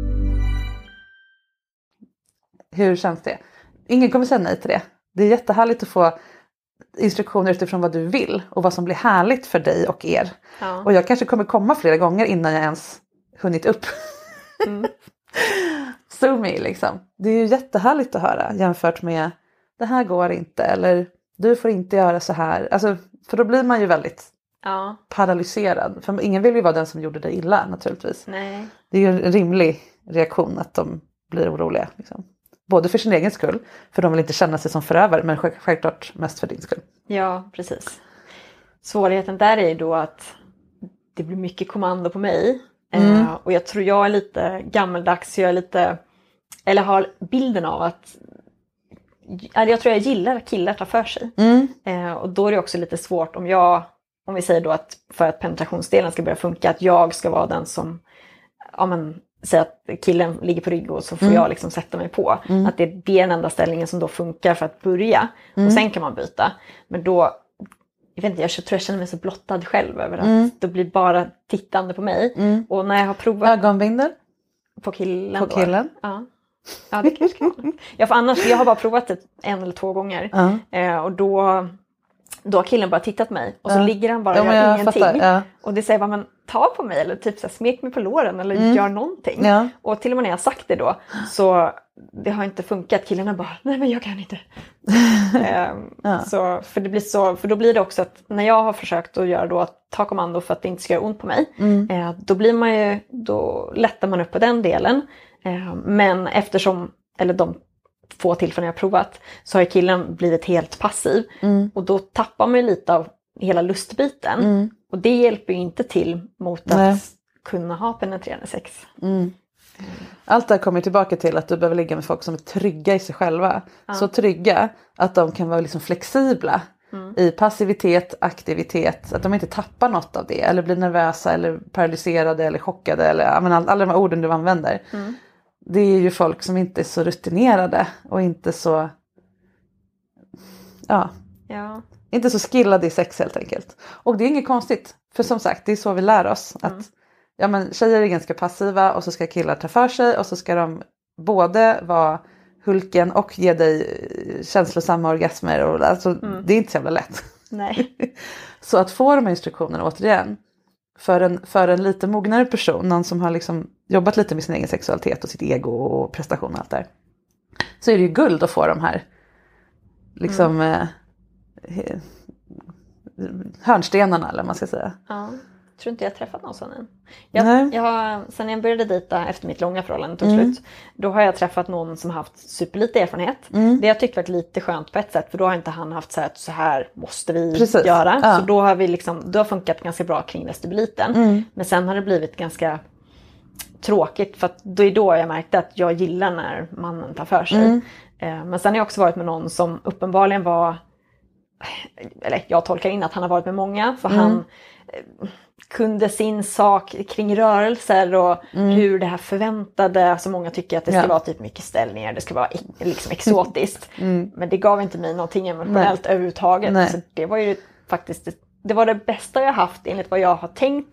Hur känns det? Ingen kommer säga nej till det. Det är jättehärligt att få instruktioner utifrån vad du vill och vad som blir härligt för dig och er. Ja. Och jag kanske kommer komma flera gånger innan jag ens hunnit upp. So me liksom. Det är ju jättehärligt att höra jämfört med det här går inte eller du får inte göra så här. Alltså, för då blir man ju väldigt paralyserad. För ingen vill ju vara den som gjorde det illa naturligtvis. Nej. Det är ju en rimlig reaktion att de blir oroliga liksom. Både för sin egen skull, för de vill inte känna sig som förövare, men självklart mest för din skull. Ja, precis. Svårigheten där är då att det blir mycket kommando på mig. Och jag tror jag är lite gammeldags, jag är lite, eller har bilden av att, jag tror jag gillar att killar tar för sig. Och då är det också lite svårt om vi säger då att för att penetrationsdelen ska börja funka, att jag ska vara den som, säg att killen ligger på rygg och så får jag liksom sätta mig på. Att det är den enda ställningen som då funkar för att börja. Och sen kan man byta. Men då, jag vet inte, jag tror jag känner mig så blottad själv över att det blir bara tittande på mig. Och när jag har provat... Ögonbindel? På killen. På killen? Då. Ja, det kanske kan. För annars, jag har bara provat det 1 eller 2 gånger. Och då har killen bara tittat mig. Och så ligger han bara och gör ingenting. Och det säger bara, men ta på mig. Eller typ så här, smek mig på låren. Eller gör någonting. Och till och med när jag har sagt det då. Så det har inte funkat. Killarna bara, nej men jag kan inte. Så, för då blir det också att när jag har försökt att göra då, att ta kommando för att det inte ska göra ont på mig. Då blir man ju, då lättar man upp på den delen. Men eftersom, eller de få tillfällen jag har provat, så har killen blivit helt passiv. Och då tappar man ju lite av hela lustbiten. Och det hjälper ju inte till mot att kunna ha penetrerande sex. Allt det här kommer tillbaka till att du behöver ligga med folk som är trygga i sig själva. Så trygga att de kan vara liksom flexibla i passivitet, aktivitet. Att de inte tappar något av det. Eller blir nervösa eller paralyserade eller chockade. Eller alla de här orden du använder. Det är ju folk som inte är så rutinerade. Och inte så... Inte så skillade i sex helt enkelt. Och det är inget konstigt. För som sagt, det är så vi lär oss. Att tjejer är ganska passiva och så ska killar ta för sig. Och så ska de både vara hulken och ge dig känslosamma orgasmer. Och, alltså, det är inte så jävla lätt. Nej. Så att få de här instruktionerna återigen. För en lite mognare person. Någon som har liksom jobbat lite med sin egen sexualitet och sitt ego och prestation och allt där. Så är det ju guld att få de här liksom... hörnstenarna eller vad man ska säga. Ja, jag tror inte jag har träffat någon sån än. Sen jag började dejta efter mitt långa förhållande tog slut, då har jag träffat någon som har haft superlite erfarenhet. Det jag tycker varit lite skönt på ett sätt, för då har inte han haft så här måste vi göra. Så då har vi liksom, det har funkat ganska bra kring vestibulieten. Men sen har det blivit ganska tråkigt, för att då är då jag märkte att jag gillar när mannen tar för sig. Men sen har jag också varit med någon som uppenbarligen var, eller jag tolkar in att han har varit med många, för han kunde sin sak kring rörelser och hur det här förväntade, alltså många tycker att det ska vara typ mycket ställningar, det ska vara liksom exotiskt, men det gav inte mig någonting emotionellt överhuvudtaget. Så det var ju faktiskt det var det bästa jag haft enligt vad jag har tänkt att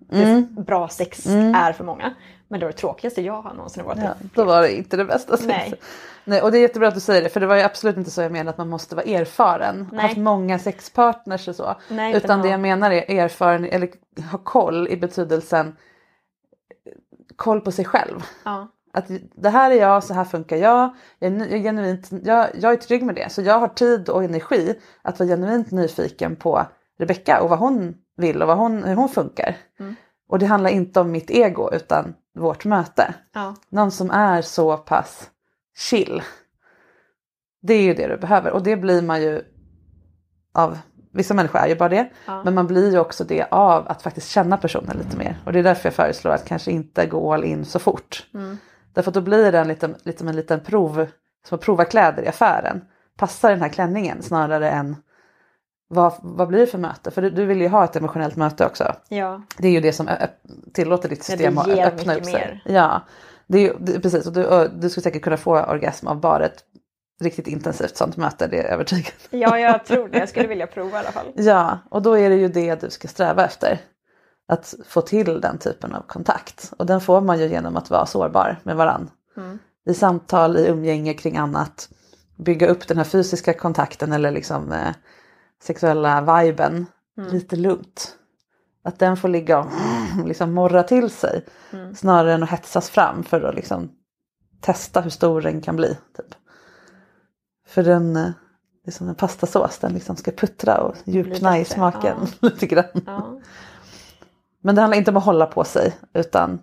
bra sex är för många. Men det var det tråkigaste jag har någonsin varit. Ja, då var det inte det bästa sexet. Nej, och det är jättebra att du säger det, för det var ju absolut inte så jag menade att man måste vara erfaren. Haft många sexpartners och så. Nej, utan det jag menar är erfaren, eller ha koll i betydelsen koll på sig själv. Ja. Att det här är jag, så här funkar jag. Jag är trygg med det. Så jag har tid och energi att vara genuint nyfiken på Rebecca och vad hon vill och hur hon funkar. Och det handlar inte om mitt ego utan vårt möte. Ja. Någon som är så pass chill. Det är ju det du behöver. Och det blir man ju av, vissa människor är ju bara det. Ja. Men man blir ju också det av att faktiskt känna personen lite mer. Och det är därför jag föreslår att kanske inte gå all in så fort. Därför att då blir det en liten prov, som att prova kläder i affären. Passar den här klänningen snarare än vad blir det för möte? För du vill ju ha ett emotionellt möte också. Ja. Det är ju det som tillåter ditt system att öppna upp sig. Mer. Ja, precis. Och du skulle säkert kunna få orgasm av bara ett riktigt intensivt sånt möte, det är övertygande. Ja, jag tror det. Jag skulle vilja prova i alla fall. Ja, och då är det ju det du ska sträva efter. Att få till den typen av kontakt. Och den får man ju genom att vara sårbar med varann. I samtal, i umgänge kring annat. Bygga upp den här fysiska kontakten eller liksom sexuella viben lite lugnt. Att den får ligga och liksom morra till sig. Snarare än att hetsas fram för att liksom testa hur stor den kan bli. Typ. För den, det är som en pastasås. Den liksom ska puttra och djupna i smaken lite grann. Ja. Men det handlar inte om att hålla på sig. Utan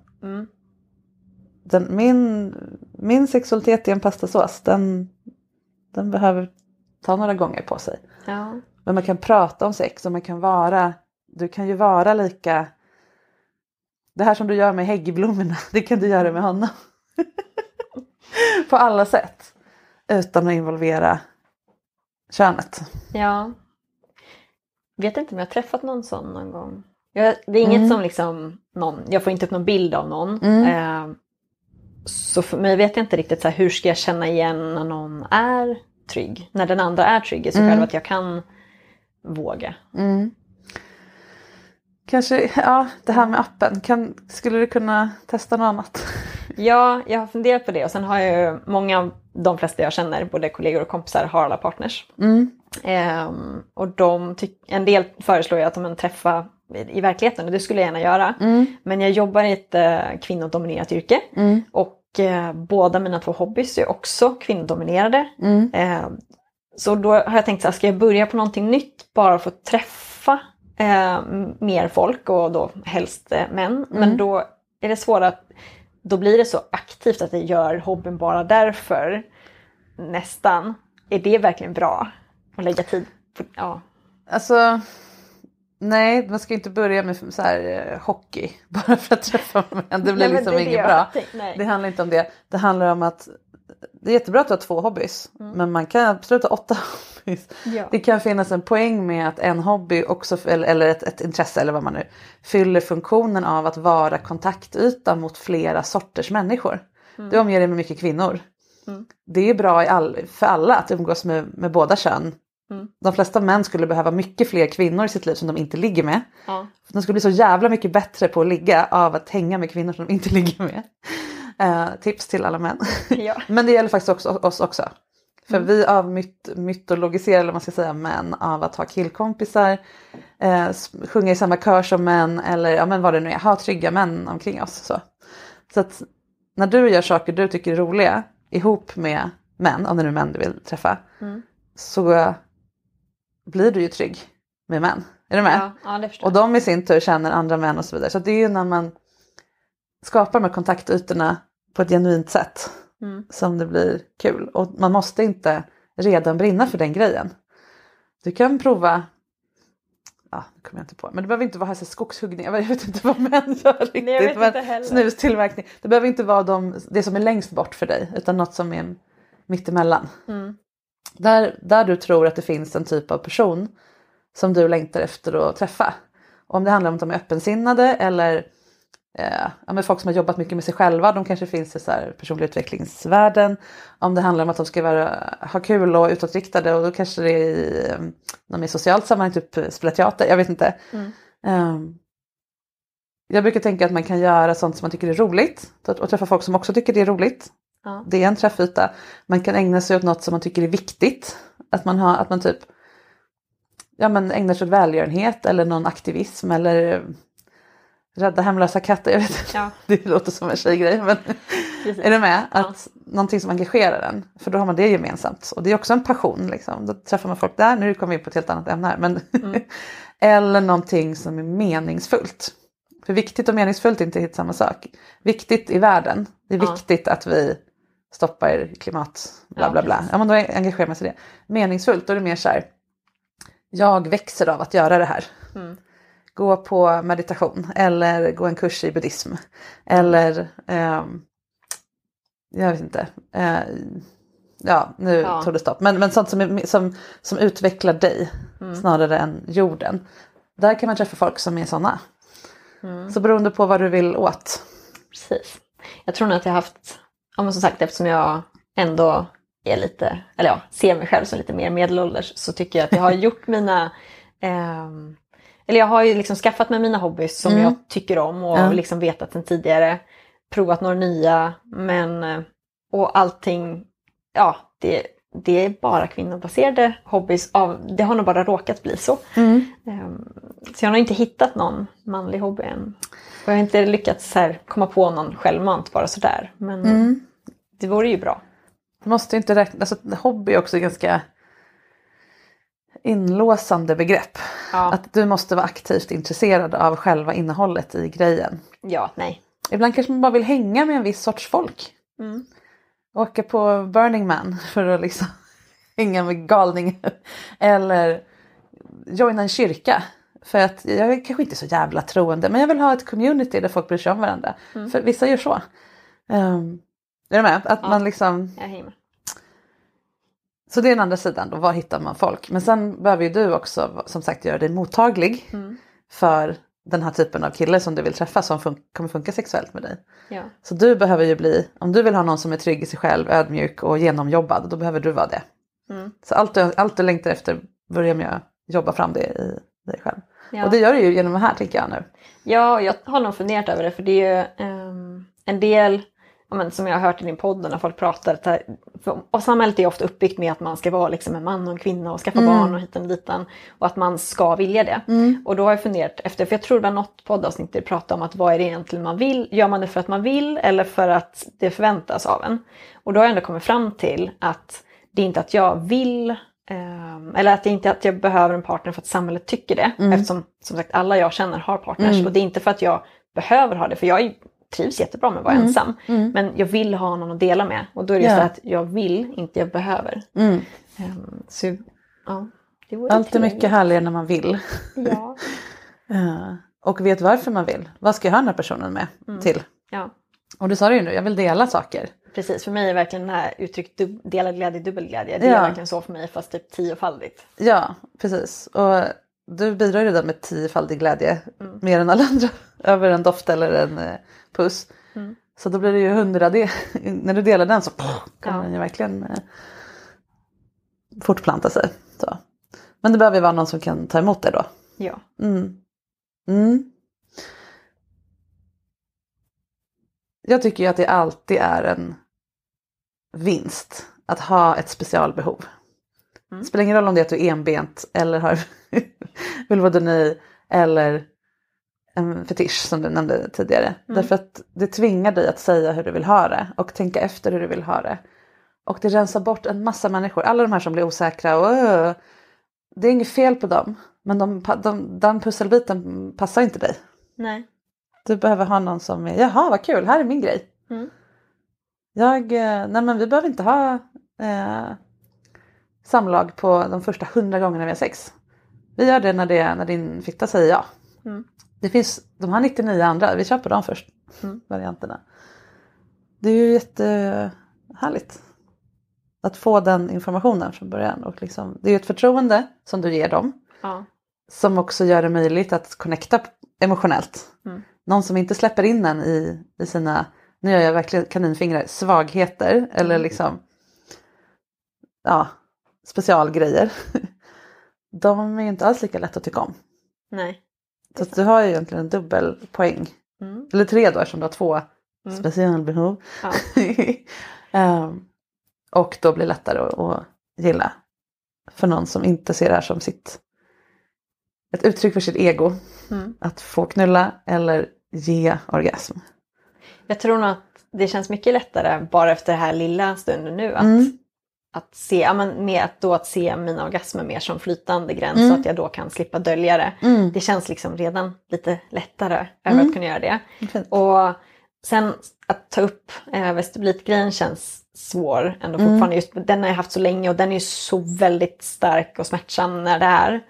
min sexualitet i en pastasås. Den behöver ta några gånger på sig. Ja. Men man kan prata om sex. Och du kan ju vara lika. Det här som du gör med häggblommorna. Det kan du göra med honom. På alla sätt. Utan att involvera könet. Ja. Vet inte om jag har träffat någon sån någon gång. Det är inget som liksom jag får inte upp någon bild av någon. Så för mig vet jag inte riktigt så här, hur ska jag känna igen när någon är trygg. När den andra är trygg i sig själv, att jag kan våga. Kanske, det här med appen. Skulle du kunna testa något annat? Ja, jag har funderat på det. Och sen har jag ju de flesta jag känner, både kollegor och kompisar, har alla partners. Och en del föreslår ju att de träffa i verkligheten, och det skulle jag gärna göra. Men jag jobbar i ett kvinnodominerat yrke. Och båda mina 2 hobbys är också kvinnodominerade. Så då har jag tänkt så här, ska jag börja på någonting nytt bara för att träffa mer folk och då helst män. Men då är det svårt att då blir det så aktivt att jag gör hobbyn bara därför. Nästan. Är det verkligen bra att lägga tid på? Ja. Alltså, nej, man ska inte börja med så här hockey bara för att träffa män. Det blir liksom inget bra. Det handlar inte om det. Det handlar om att det är jättebra att ha 2 hobbys. Men man kan absolut ha 8 hobbys. Ja. Det kan finnas en poäng med att en hobby också, eller ett intresse eller vad man nu, fyller funktionen av att vara kontaktyta mot flera sorters människor. Du omger dig med mycket kvinnor. Det är bra för alla att umgås med båda kön. De flesta män skulle behöva mycket fler kvinnor i sitt liv som de inte ligger med. Ja. De skulle bli så jävla mycket bättre på att ligga av att hänga med kvinnor som de inte ligger med. Tips till alla män. Ja. Men det gäller faktiskt oss också. För vi mytologiserar, eller man ska säga, män av att ha killkompisar, sjunga i samma kör som män, eller men vad det nu är, ha trygga män omkring oss. Så att när du gör saker du tycker är roliga ihop med män, om det nu är män du vill träffa, så blir du ju trygg med män. Är du med? Ja, det förstår. Och de i sin tur känner andra män och så vidare. Så det är ju när man skapar med kontaktytorna på ett genuint sätt som det blir kul. Och man måste inte redan brinna för den grejen. Du kan prova, det kommer jag inte på, men det behöver inte vara här så skogshuggning. Jag vet inte vad män gör riktigt. Nej, jag vet inte heller. Snustillverkning. Det behöver inte vara det som är längst bort för dig, utan något som är mittemellan. Där du tror att det finns en typ av person som du längtar efter att träffa. Och om det handlar om att de är öppensinnade eller med folk som har jobbat mycket med sig själva. De kanske finns i så här personlig utvecklingsvärlden. Om det handlar om att de ska ha kul och utåtriktade, och då kanske det är de är socialt sammanhang, typ spela teater. Jag vet inte. Jag brukar tänka att man kan göra sånt som man tycker är roligt. Och träffa folk som också tycker det är roligt. Ja. Det är en träffyta. Man kan ägna sig åt något som man tycker är viktigt. Att man typ ägnar sig åt välgörenhet eller någon aktivism eller rädda hemlösa katter. Jag vet. Ja. Det låter som en tjejgrej. Men är du med? Att någonting som engagerar en. För då har man det gemensamt. Och det är också en passion. Liksom. Då träffar man folk där. Nu kommer vi på ett helt annat ämne här. Men eller någonting som är meningsfullt. För viktigt och meningsfullt är inte helt samma sak. Viktigt i världen. Det är viktigt att vi stoppar klimat. Bla bla bla. Ja, men då engagerar man sig i det. Meningsfullt, då är det mer så här. Jag växer av att göra det här. Gå på meditation. Eller gå en kurs i buddhism. Eller jag vet inte. Nu tog det stopp. Men sånt som utvecklar dig. Snarare än jorden. Där kan man träffa folk som är sådana. Så beroende på vad du vill åt. Precis. Jag tror nog att jag haft, som sagt, eftersom jag ändå är lite, ser mig själv som lite mer medelålders, så tycker jag att jag har gjort mina, jag har ju liksom skaffat mig mina hobbys som jag tycker om och liksom vetat sedan tidigare, provat några nya, men och allting, det är bara kvinnobaserade hobbys. Det har nog bara råkat bli så. Så jag har inte hittat någon manlig hobby än. Och jag har inte lyckats komma på någon självmant bara sådär. Men det vore ju bra. Du måste inte räkna. Alltså, hobby är också ganska inlåsande begrepp. Ja. Att du måste vara aktivt intresserad av själva innehållet i grejen. Ja, nej. Ibland kanske man bara vill hänga med en viss sorts folk. Åka på Burning Man för att liksom hänga med galningar. Eller joina en kyrka. För att jag är kanske inte så jävla troende. Men jag vill ha ett community där folk bryr sig om varandra. För vissa gör så. Är du med? Att man liksom... Jag hänger med. Så det är den andra sidan då. Var hittar man folk? Men sen behöver ju du också som sagt göra dig mottaglig. För den här typen av kille som du vill träffa. Som kommer funka sexuellt med dig. Ja. Så du behöver ju bli... Om du vill ha någon som är trygg i sig själv. Ödmjuk och genomjobbad. Då behöver du vara det. Så allt du längtar efter. Börja med att jobba fram det i dig själv. Ja. Och det gör du ju genom det här, tänker jag nu. Ja, jag har nog funderat över det. För det är ju en del... som jag har hört i din podd när folk pratar. Och samhället är ofta uppbyggt med att man ska vara liksom en man och en kvinna och skaffa barn och hitan och ditan. Och att man ska vilja det. Och då har jag funderat efter, för jag tror det var något poddavsnitt där det pratade om att vad är det egentligen man vill? Gör man det för att man vill eller för att det förväntas av en? Och då har jag ändå kommit fram till att det är inte att jag vill... eller att det inte är att jag behöver en partner för att samhället tycker det. Eftersom som sagt alla jag känner har partners. Och det är inte för att jag behöver ha det. För jag trivs jättebra med att vara ensam. Men jag vill ha någon att dela med. Och då är det så att jag vill, inte jag behöver. Så det vore allt är mycket härligare när man vill. Ja. Och vet varför man vill. Vad ska jag ha den här personen med till? Ja. Och du sa det ju nu, jag vill dela saker. Precis, för mig är verkligen det här uttryck delad glädje, dubbelglädje. Det är verkligen så för mig, fast typ 10-faldigt. Ja, precis. Och du bidrar ju där med 10-faldig glädje. Mer än alla andra. Över en doft eller en puss. Så då blir det ju 100. När du delar den så kommer den ju verkligen fortplanta sig. Så. Men det behöver ju vara någon som kan ta emot det då. Ja. Jag tycker ju att det alltid är en vinst att ha ett specialbehov. Det spelar ingen roll om det är att du är enbent eller har vulvodyni eller en fetisch som du nämnde tidigare. Därför att det tvingar dig att säga hur du vill ha det och tänka efter hur du vill ha det. Och det rensar bort en massa människor. Alla de här som blir osäkra och det är inget fel på dem. Men den pusselbiten passar inte dig. Nej. Du behöver ha någon som är, jaha vad kul, här är min grej. Nej men vi behöver inte ha samlag på de första 100 gångerna vi har sex. Vi gör det när din fitta säger ja. Det finns de här 99 andra, vi kör på dem först. Varianterna. Det är ju jättehärligt att få den informationen från början. Och liksom, det är ju ett förtroende som du ger dem. Ja. Som också gör det möjligt att connecta emotionellt. Någon som inte släpper in en i sina, nu gör jag verkligen kaninfingrar, svagheter. Eller liksom, specialgrejer. De är ju inte alls lika lätt att tycka om. Nej. Så att du har ju egentligen en dubbel poäng Eller 3 då eftersom du har 2 specialbehov. Ja. Och då blir det lättare att gilla för någon som inte ser det här som ett uttryck för sitt ego. Att få knulla eller ge orgasm. Jag tror nog att det känns mycket lättare bara efter det här lilla stunden nu att se, att se mina orgasmer mer som flytande gräns så att jag då kan slippa dölja det. Det känns liksom redan lite lättare över att kunna göra det. Och sen att ta upp vestibulit-grejen känns svår ändå fortfarande. Just, den har jag haft så länge och den är ju så väldigt stark och smärtsam när det är.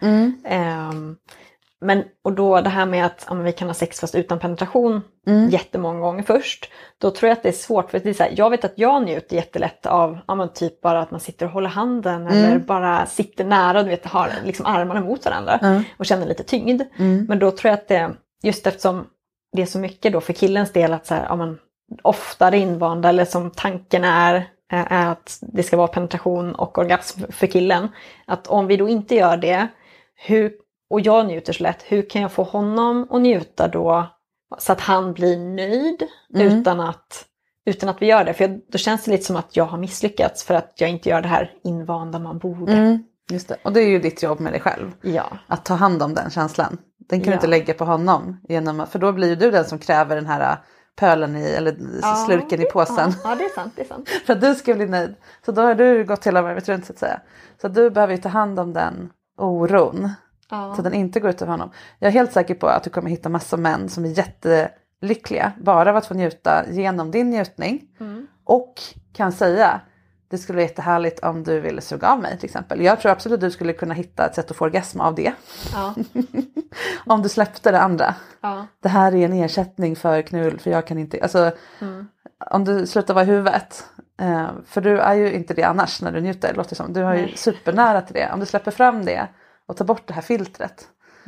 Och då det här med att vi kan ha sex fast utan penetration jättemånga gånger först. Då tror jag att det är svårt. För det är så här, jag vet att jag njuter jättelätt av typ bara att man sitter och håller handen. Eller bara sitter nära och har liksom armarna mot varandra. Och känner lite tyngd. Men då tror jag att det, just eftersom det är så mycket då för killens del att så här, oftare invanda eller som tanken är att det ska vara penetration och orgasm för killen. Att om vi då inte gör det, och jag njuter så lätt, hur kan jag få honom att njuta då så att han blir nöjd utan att vi gör det? För då känns det lite som att jag har misslyckats för att jag inte gör det här invanda man borde. Just det. Och det är ju ditt jobb med dig själv. Ja. Att ta hand om den känslan. Den kan du inte lägga på honom. För då blir ju du den som kräver den här pölen eller slurken i påsen. Ja, det är sant. För att du ska bli nöjd. Så då har du gått hela varvet runt så att säga. Så du behöver ju ta hand om den oron. Så att den inte går ut över honom. Jag är helt säker på att du kommer hitta massa män som är jättelyckliga. Bara av att få njuta genom din njutning. Och kan säga, det skulle vara jättehärligt om du ville suga av mig till exempel. Jag tror absolut att du skulle kunna hitta ett sätt att få orgasm av det. Ja. Om du släppte det andra. Ja. Det här är en ersättning för knull. För jag kan inte, om du slutar vara i huvudet. För du är ju inte det annars när du njuter. Det låter som. Du har ju supernära till det. Om du släpper fram det. Och ta bort det här filtret.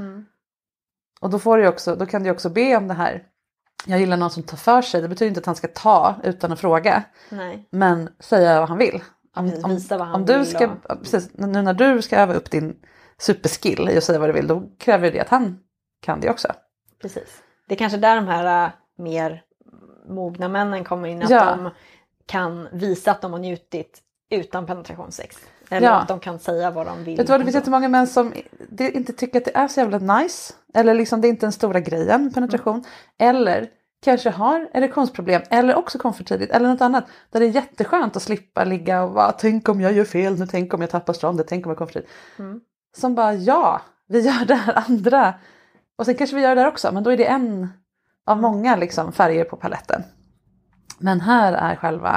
Och då kan du också be om det här. Jag gillar någon som tar för sig. Det betyder inte att han ska ta utan att fråga. Nej. Men säga vad han vill. Visa vad han om du vill. Ska, precis, nu när du ska öva upp din superskill i att säga vad du vill. Då kräver det att han kan det också. Precis. Det är kanske där de här mer mogna männen kommer in. Att de kan visa att de har njutit utan penetrationssex. Eller att de kan säga vad de vill. Vet du vad, det finns jättemånga män som inte tycker att det är så jävla nice. Eller liksom det är inte den stora grejen, penetration. Eller kanske har erektionsproblem. Eller också kom för tidigt. Eller något annat. Där det är jätteskönt att slippa ligga och bara, tänk om jag gör fel nu. Tänk om jag tappar ståndet. Tänk om jag kom för tidigt. Som bara, vi gör det här andra. Och sen kanske vi gör det där också. Men då är det en av många liksom, färger på paletten. Men här är själva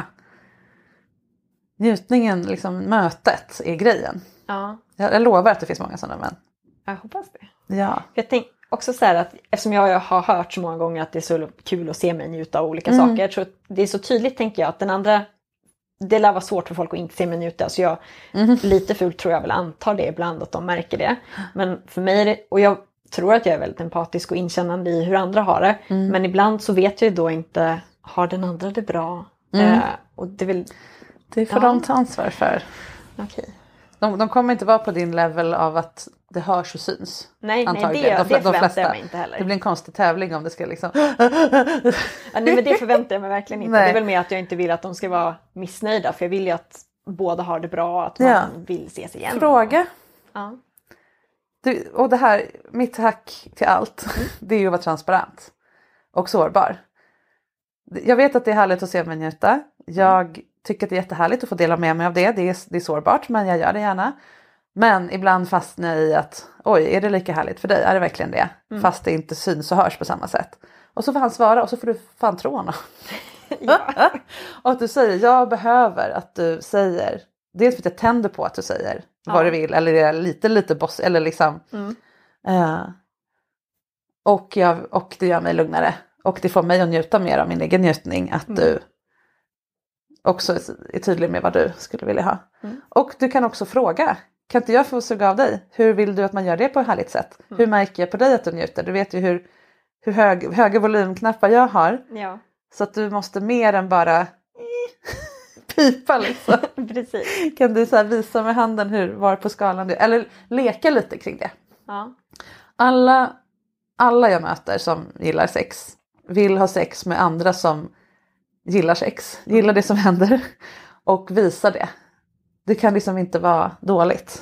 njutningen, liksom mötet är grejen. Ja. Jag lovar att det finns många sådana män. Jag hoppas det. Ja. Jag tänker också så här att eftersom jag har hört så många gånger att det är så kul att se mig njuta av olika saker. Så det är så tydligt tänker jag att den andra, det lär vara svårt för folk att inte se mig njuta. Så jag lite fult tror jag väl antar det ibland att de märker det. Men för mig är det, och jag tror att jag är väldigt empatisk och inkännande i hur andra har det. Men ibland så vet jag ju då inte, har den andra det bra? Och det vill... Det får de ta ansvar för. Okej. De kommer inte vara på din level av att det hörs och syns. Nej, det förväntar jag mig inte heller. Det blir en konstig tävling om det ska liksom... nej, men det förväntar jag mig verkligen inte. Nej. Det är väl mer att jag inte vill att de ska vara missnöjda. För jag vill ju att båda har det bra. Att man vill ses igen. Fråga. Ja. Och det här, mitt hack till allt. Det är ju att vara transparent. Och sårbar. Jag vet att det är härligt att se mig njuta. Jag tycker att det är jättehärligt att få dela med mig av det. Det är sårbart, men jag gör det gärna. Men ibland fastnar jag i att, oj, är det lika härligt för dig? Är det verkligen det? Fast det inte syns och hörs på samma sätt. Och så får han svara och så får du fan tro honom. Och att du säger, jag behöver att du säger. Dels för att jag tänder på att du säger vad du vill. Eller är lite boss. Eller liksom. Och det gör mig lugnare. Och det får mig att njuta mer av min egen njutning. Att du också är tydlig med vad du skulle vilja ha. Och du kan också fråga. Kan inte jag få suga av dig? Hur vill du att man gör det på ett härligt sätt? Hur märker jag på dig att du njuter? Du vet ju hur höga volymknappar jag har. Ja. Så att du måste mer än bara pipa liksom. Precis. Kan du så här visa med handen var på skalan du... Eller leka lite kring det. Ja. Alla jag möter som gillar sex vill ha sex med andra som gillar sex, gillar det som händer och visar det. Det kan liksom inte vara dåligt.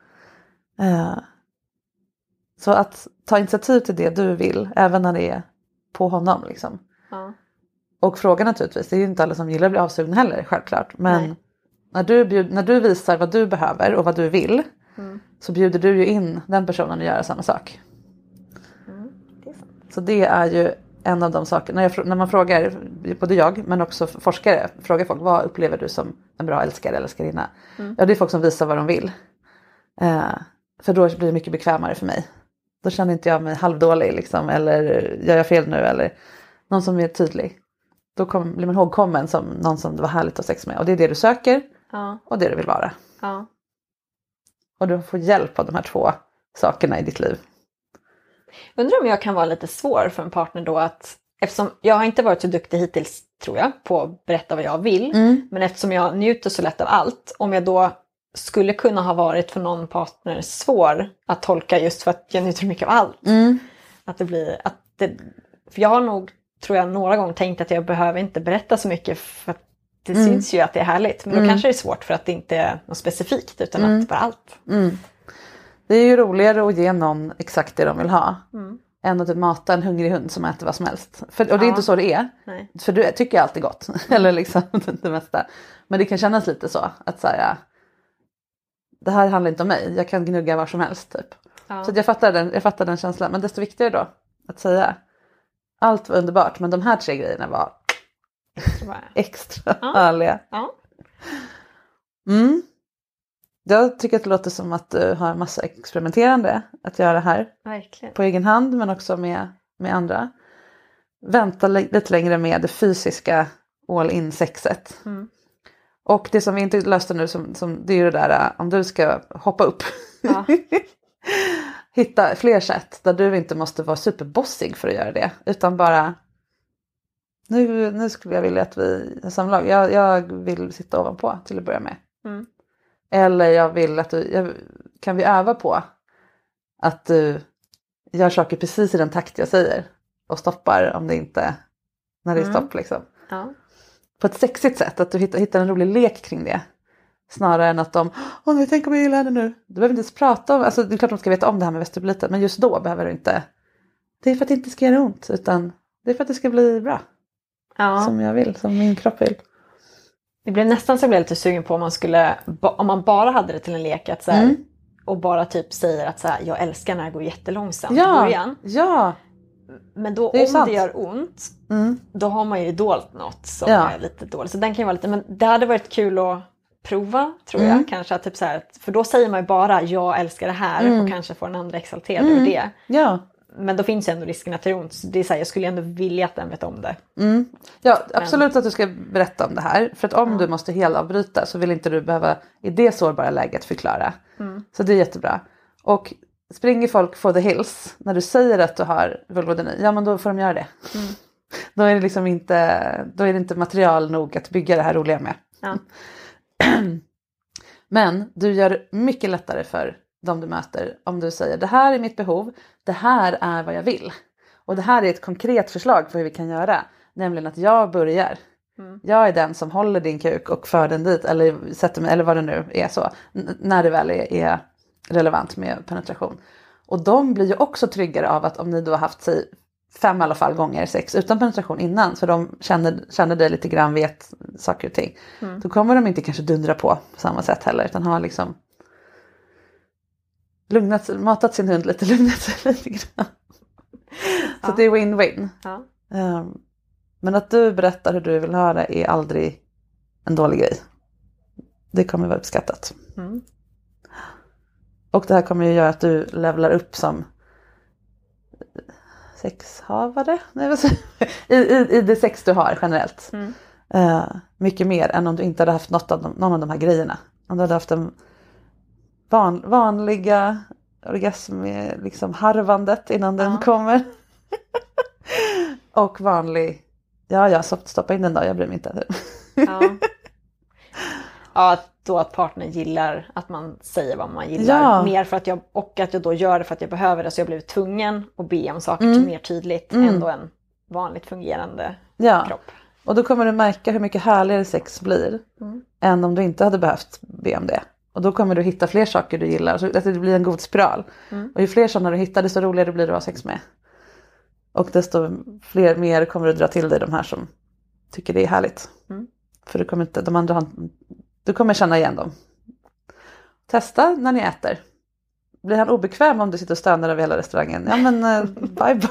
Så att ta initiativ till det du vill, även när det är på honom liksom. Ja. Och fråga naturligtvis, det är ju inte alla som gillar att bli avsugna heller, självklart. Men när du visar vad du behöver och vad du vill, så bjuder du ju in den personen att göra samma sak. Det är sant. Så det är ju en av de sakerna, när man frågar, både jag men också forskare, frågar folk, vad upplever du som en bra älskare eller älskarinna? Ja, det är folk som visar vad de vill. För då blir det mycket bekvämare för mig. Då känner inte jag mig halvdålig liksom, eller gör jag fel nu, eller någon som är tydlig. Då blir man ihågkommen som någon som det var härligt att ha sex med. Och det är det du söker och det du vill vara. Ja. Och du får hjälp av de här 2 sakerna i ditt liv. Undrar om jag kan vara lite svår för en partner då, att eftersom jag har inte varit så duktig hittills, tror jag, på att berätta vad jag vill. Men eftersom jag njuter så lätt av allt, om jag då skulle kunna ha varit för någon partner svår att tolka, just för att jag njuter mycket av allt. Att det blir, för jag har nog, tror jag, några gånger tänkt att jag behöver inte berätta så mycket, för att det syns ju att det är härligt. Men då kanske det är svårt för att det inte är något specifikt, utan att det var allt. Det är ju roligare att ge någon exakt det de vill ha. Än att mata en hungrig hund som äter vad som helst. Och det är inte så det är. Nej. För du tycker alltid gott. Eller liksom det mesta. Men det kan kännas lite så. Att säga, det här handlar inte om mig. Jag kan gnugga var som helst typ. Ja. Så jag fattar den känslan. Men desto viktigare då. Att säga, allt var underbart. Men de här 3 grejerna var extra härliga. Ja. Jag tycker att det låter som att du har en massa experimenterande att göra här. Verkligen. På egen hand, men också med andra. Vänta lite längre med det fysiska all-in sexet. Och det som vi inte löste nu, som det är ju det där, om du ska hoppa upp. Ja. Hitta fler sätt där du inte måste vara superbossig för att göra det. Utan bara, nu skulle jag vilja att vi samlag. Jag vill sitta ovanpå till att börja med. Eller jag vill att kan vi öva på att du gör saker precis i den takt jag säger. Och stoppar om det inte, när det är stopp liksom. Ja. På ett sexigt sätt, att du hittar en rolig lek kring det. Snarare än att nu tänk om jag gillar henne nu. Du behöver inte ens prata om, alltså det är klart de ska veta om det här med vestibulitet. Men just då behöver du inte, det är för att det inte ska göra ont. Utan det är för att det ska bli bra. Ja. Som jag vill, som min kropp vill. Det blev nästan så jag blev lite sugen på om man bara hade det till en lek att så här, och bara typ säger att så här, jag älskar när det går jättelångsamt i början. Ja. Men då om det gör ont, då har man ju dolt något som är lite dåligt. Så den kan ju vara lite, men det hade varit kul att prova, tror jag. Kanske att typ så här, för då säger man ju bara jag älskar det här och kanske får en andra exalterad över det. Ja. Men då finns ju ändå risken att det gör ont. Det är så här, jag skulle ändå vilja att den vet om det. Ja, absolut att du ska berätta om det här. För att om du måste helavbryta så vill inte du behöva i det sårbara läget förklara. Så det är jättebra. Och springer folk for the hills när du säger att du har vulvodyni, ja men då får de göra det. Då är det liksom inte material nog att bygga det här roliga med. Ja. Men du gör det mycket lättare för de du möter om du säger det här är mitt behov, det här är vad jag vill. Och det här är ett konkret förslag för hur vi kan göra. Nämligen att jag börjar. Jag är den som håller din kuk och för den dit eller sätter mig, eller vad det nu är så. När det väl är relevant med penetration. Och de blir ju också tryggare av att om ni då har haft 5 i alla fall gånger sex utan penetration innan. Så de känner dig lite grann, vet saker och ting. Då kommer de inte kanske dundra på samma sätt heller. Utan har liksom matat sin hund lite, lugnat sig lite grann. Så det är win-win. Ja. Men att du berättar hur du vill ha det är aldrig en dålig grej. Det kommer vara uppskattat. Och det här kommer ju göra att du levlar upp som sexhavare. I det sex du har generellt. Mycket mer än om du inte hade haft någon av de här grejerna. Om du hade haft en vanliga orgasm med liksom harvandet innan den kommer. Och vanlig, stoppa in den då, jag bryr mig inte. Ja, då att partnern gillar att man säger vad man gillar. Mer för att jag då gör det för att jag behöver det. Så jag blev tvungen att be om saker mer tydligt. Ändå än vanligt fungerande kropp. Och då kommer du märka hur mycket härligare sex blir än om du inte hade behövt be om det. Och då kommer du hitta fler saker du gillar. Så att det blir en god spiral. Och ju fler sådana du hittar, desto roligare blir det att ha sex med. Och desto mer kommer du dra till dig de här som tycker det är härligt. För du kommer inte, de andra du kommer känna igen dem. Testa när ni äter. Blir han obekväm om du sitter och stönar över hela restaurangen? Ja men bye bye.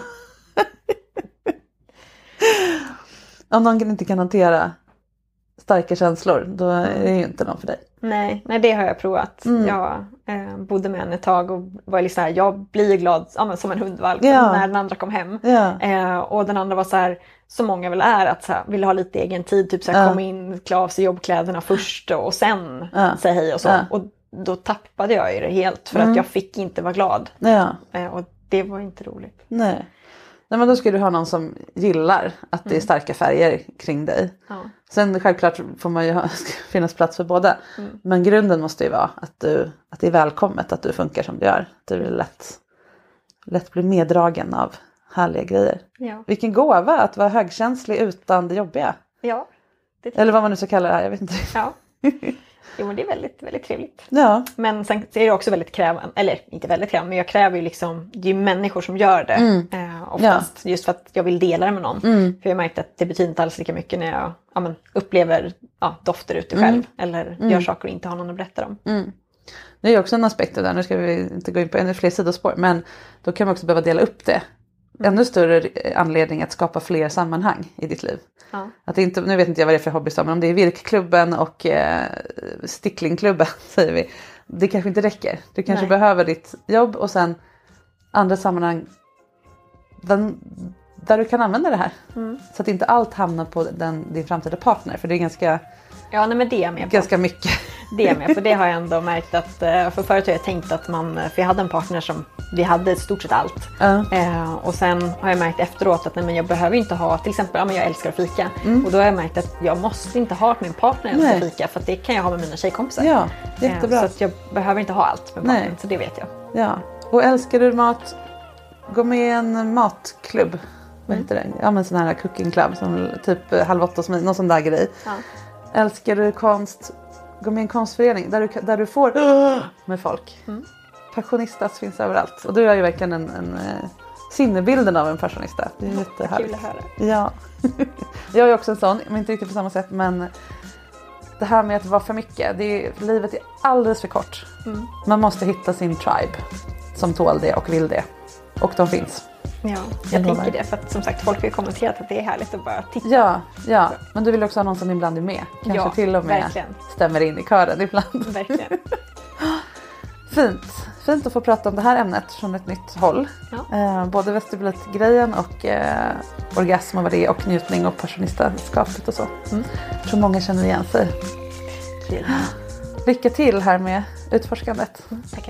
Om någon inte kan hantera starka känslor, då är det ju inte någon för dig. Nej, det har jag provat. Jag bodde med henne ett tag och var liksom här, jag blir glad som en hundvalp när den andra kom hem. Och den andra var så här, som många väl är, att så här, vill ha lite egen tid, typ så här, komma in, klä av sig jobbkläderna först och sen säga hej och så. Och då tappade jag ju det helt för att jag fick inte vara glad. Och det var inte roligt. Nej, men då ska du ha någon som gillar att det är starka färger kring dig. Sen självklart får man ju finnas plats för båda. Men grunden måste ju vara att det är välkommet att du funkar som du gör. Att du lätt blir meddragen av härliga grejer. Vilken gåva att vara högkänslig utan det jobbiga. Eller vad man nu ska kalla det här, jag vet inte. Jo, men det är väldigt, väldigt trevligt. Ja. Men sen är det också väldigt krävande, eller inte väldigt krävande, men jag kräver ju liksom, det är ju människor som gör det oftast, just för att jag vill dela det med någon. För jag märkte att det betyder inte alls lika mycket när jag upplever dofter ute själv, eller gör saker och inte har någon att berätta om. Det är ju också en aspekt där, nu ska vi inte gå in på ännu fler sidospår, men då kan man också behöva dela upp det. Ännu större anledning att skapa fler sammanhang i ditt liv. Att det inte, nu vet inte jag vad det är för hobby, men om det är virkklubben och sticklingklubben säger vi. Det kanske inte räcker. Du kanske behöver ditt jobb och sen andra sammanhang där du kan använda det här. Så att inte allt hamnar på din framtida partner. För det är ganska... Ja, nej, men det är med på. Ganska mycket. Det är med, för det har jag ändå märkt att, för förut har jag tänkt att för jag hade en partner som, vi hade ett stort sett allt. Och sen har jag märkt efteråt att men jag behöver inte ha, till exempel, jag älskar att fika. Och då har jag märkt att jag måste inte ha min partner älskar att fika, för att det kan jag ha med mina tjejkompisar. Ja, jättebra. Så att jag behöver inte ha allt med partnern, så det vet jag. Ja, och älskar du mat, gå med i en matklubb. Vad heter det? Ja, men sån här cooking club, som typ 7:30 som någon sån där grej. Älskar du konst, gå med i en konstförening där du får med folk. Passionistas finns överallt. Och du är ju verkligen en sinnebilden av en passionista. Det är jättehärligt. Kul att höra. Ja. Jag är också en sån, men inte riktigt på samma sätt. Men det här med att vara för mycket, livet är alldeles för kort. Man måste hitta sin tribe som tål det och vill det. Och de finns. Ja, jag tänker det, för att som sagt, folk har ju kommenterat att det är härligt att bara titta. Ja, men du vill också ha någon som ibland är med. Kanske till och med verkligen stämmer in i kören ibland. Verkligen. Fint att få prata om det här ämnet från ett nytt håll. Både vestibulit-grejen och orgasm och vad det är, och njutning och passionistaskapet och så. Jag tror många känner igen sig. Lycka till här med utforskandet. Tack.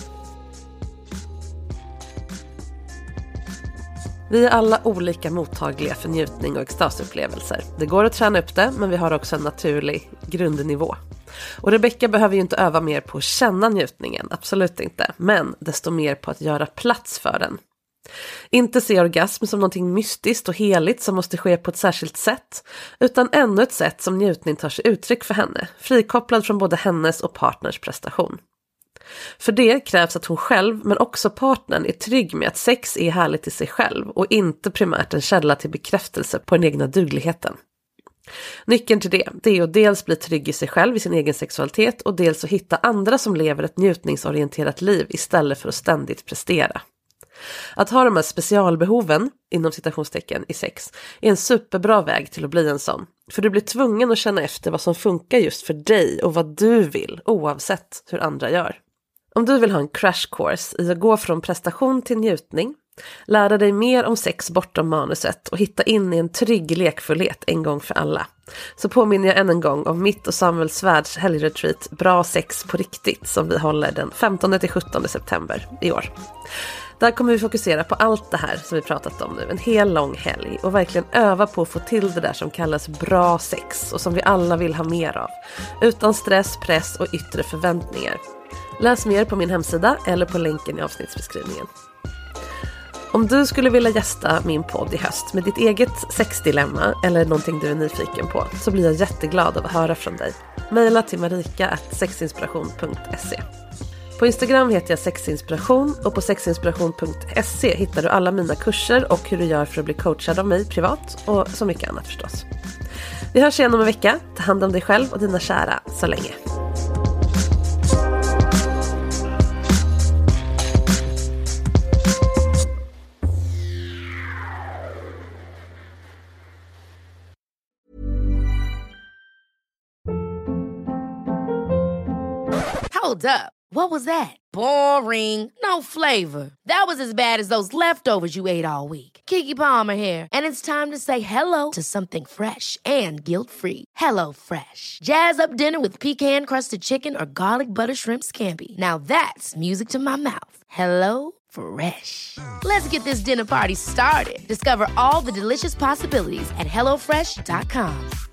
Vi är alla olika mottagliga för njutning och extasupplevelser. Det går att träna upp det, men vi har också en naturlig grundnivå. Och Rebecca behöver ju inte öva mer på att känna njutningen, absolut inte. Men desto mer på att göra plats för den. Inte se orgasm som någonting mystiskt och heligt som måste ske på ett särskilt sätt, utan ännu ett sätt som njutning tar sig uttryck för henne, frikopplad från både hennes och partners prestation. För det krävs att hon själv, men också partnern, är trygg med att sex är härligt i sig själv och inte primärt en källa till bekräftelse på den egna dugligheten. Nyckeln till det är att dels bli trygg i sig själv i sin egen sexualitet, och dels att hitta andra som lever ett njutningsorienterat liv istället för att ständigt prestera. Att ha de här specialbehoven, inom citationstecken, i sex är en superbra väg till att bli en sån. För du blir tvungen att känna efter vad som funkar just för dig och vad du vill, oavsett hur andra gör. Om du vill ha en crash course i att gå från prestation till njutning, lära dig mer om sex bortom manuset och hitta in i en trygg lekfullhet en gång för alla, så påminner jag än en gång om mitt och Samuel Svärds helgretreat Bra sex på riktigt, som vi håller den 15-17 september i år. Där kommer vi fokusera på allt det här som vi pratat om nu, en hel lång helg, och verkligen öva på att få till det där som kallas bra sex och som vi alla vill ha mer av, utan stress, press och yttre förväntningar. Läs mer på min hemsida eller på länken i avsnittsbeskrivningen. Om du skulle vilja gästa min podd i höst med ditt eget sexdilemma eller någonting du är nyfiken på, så blir jag jätteglad av att höra från dig. Maila till marika@sexinspiration.se. På Instagram heter jag sexinspiration och på sexinspiration.se hittar du alla mina kurser och hur du gör för att bli coachad av mig privat och så mycket annat förstås. Vi hörs igen om en vecka. Ta hand om dig själv och dina kära så länge. Hold up. What was that? Boring. No flavor. That was as bad as those leftovers you ate all week. Keke Palmer here, and it's time to say hello to something fresh and guilt-free. Hello Fresh. Jazz up dinner with pecan-crusted chicken or garlic butter shrimp scampi. Now that's music to my mouth. Hello Fresh. Let's get this dinner party started. Discover all the delicious possibilities at hellofresh.com.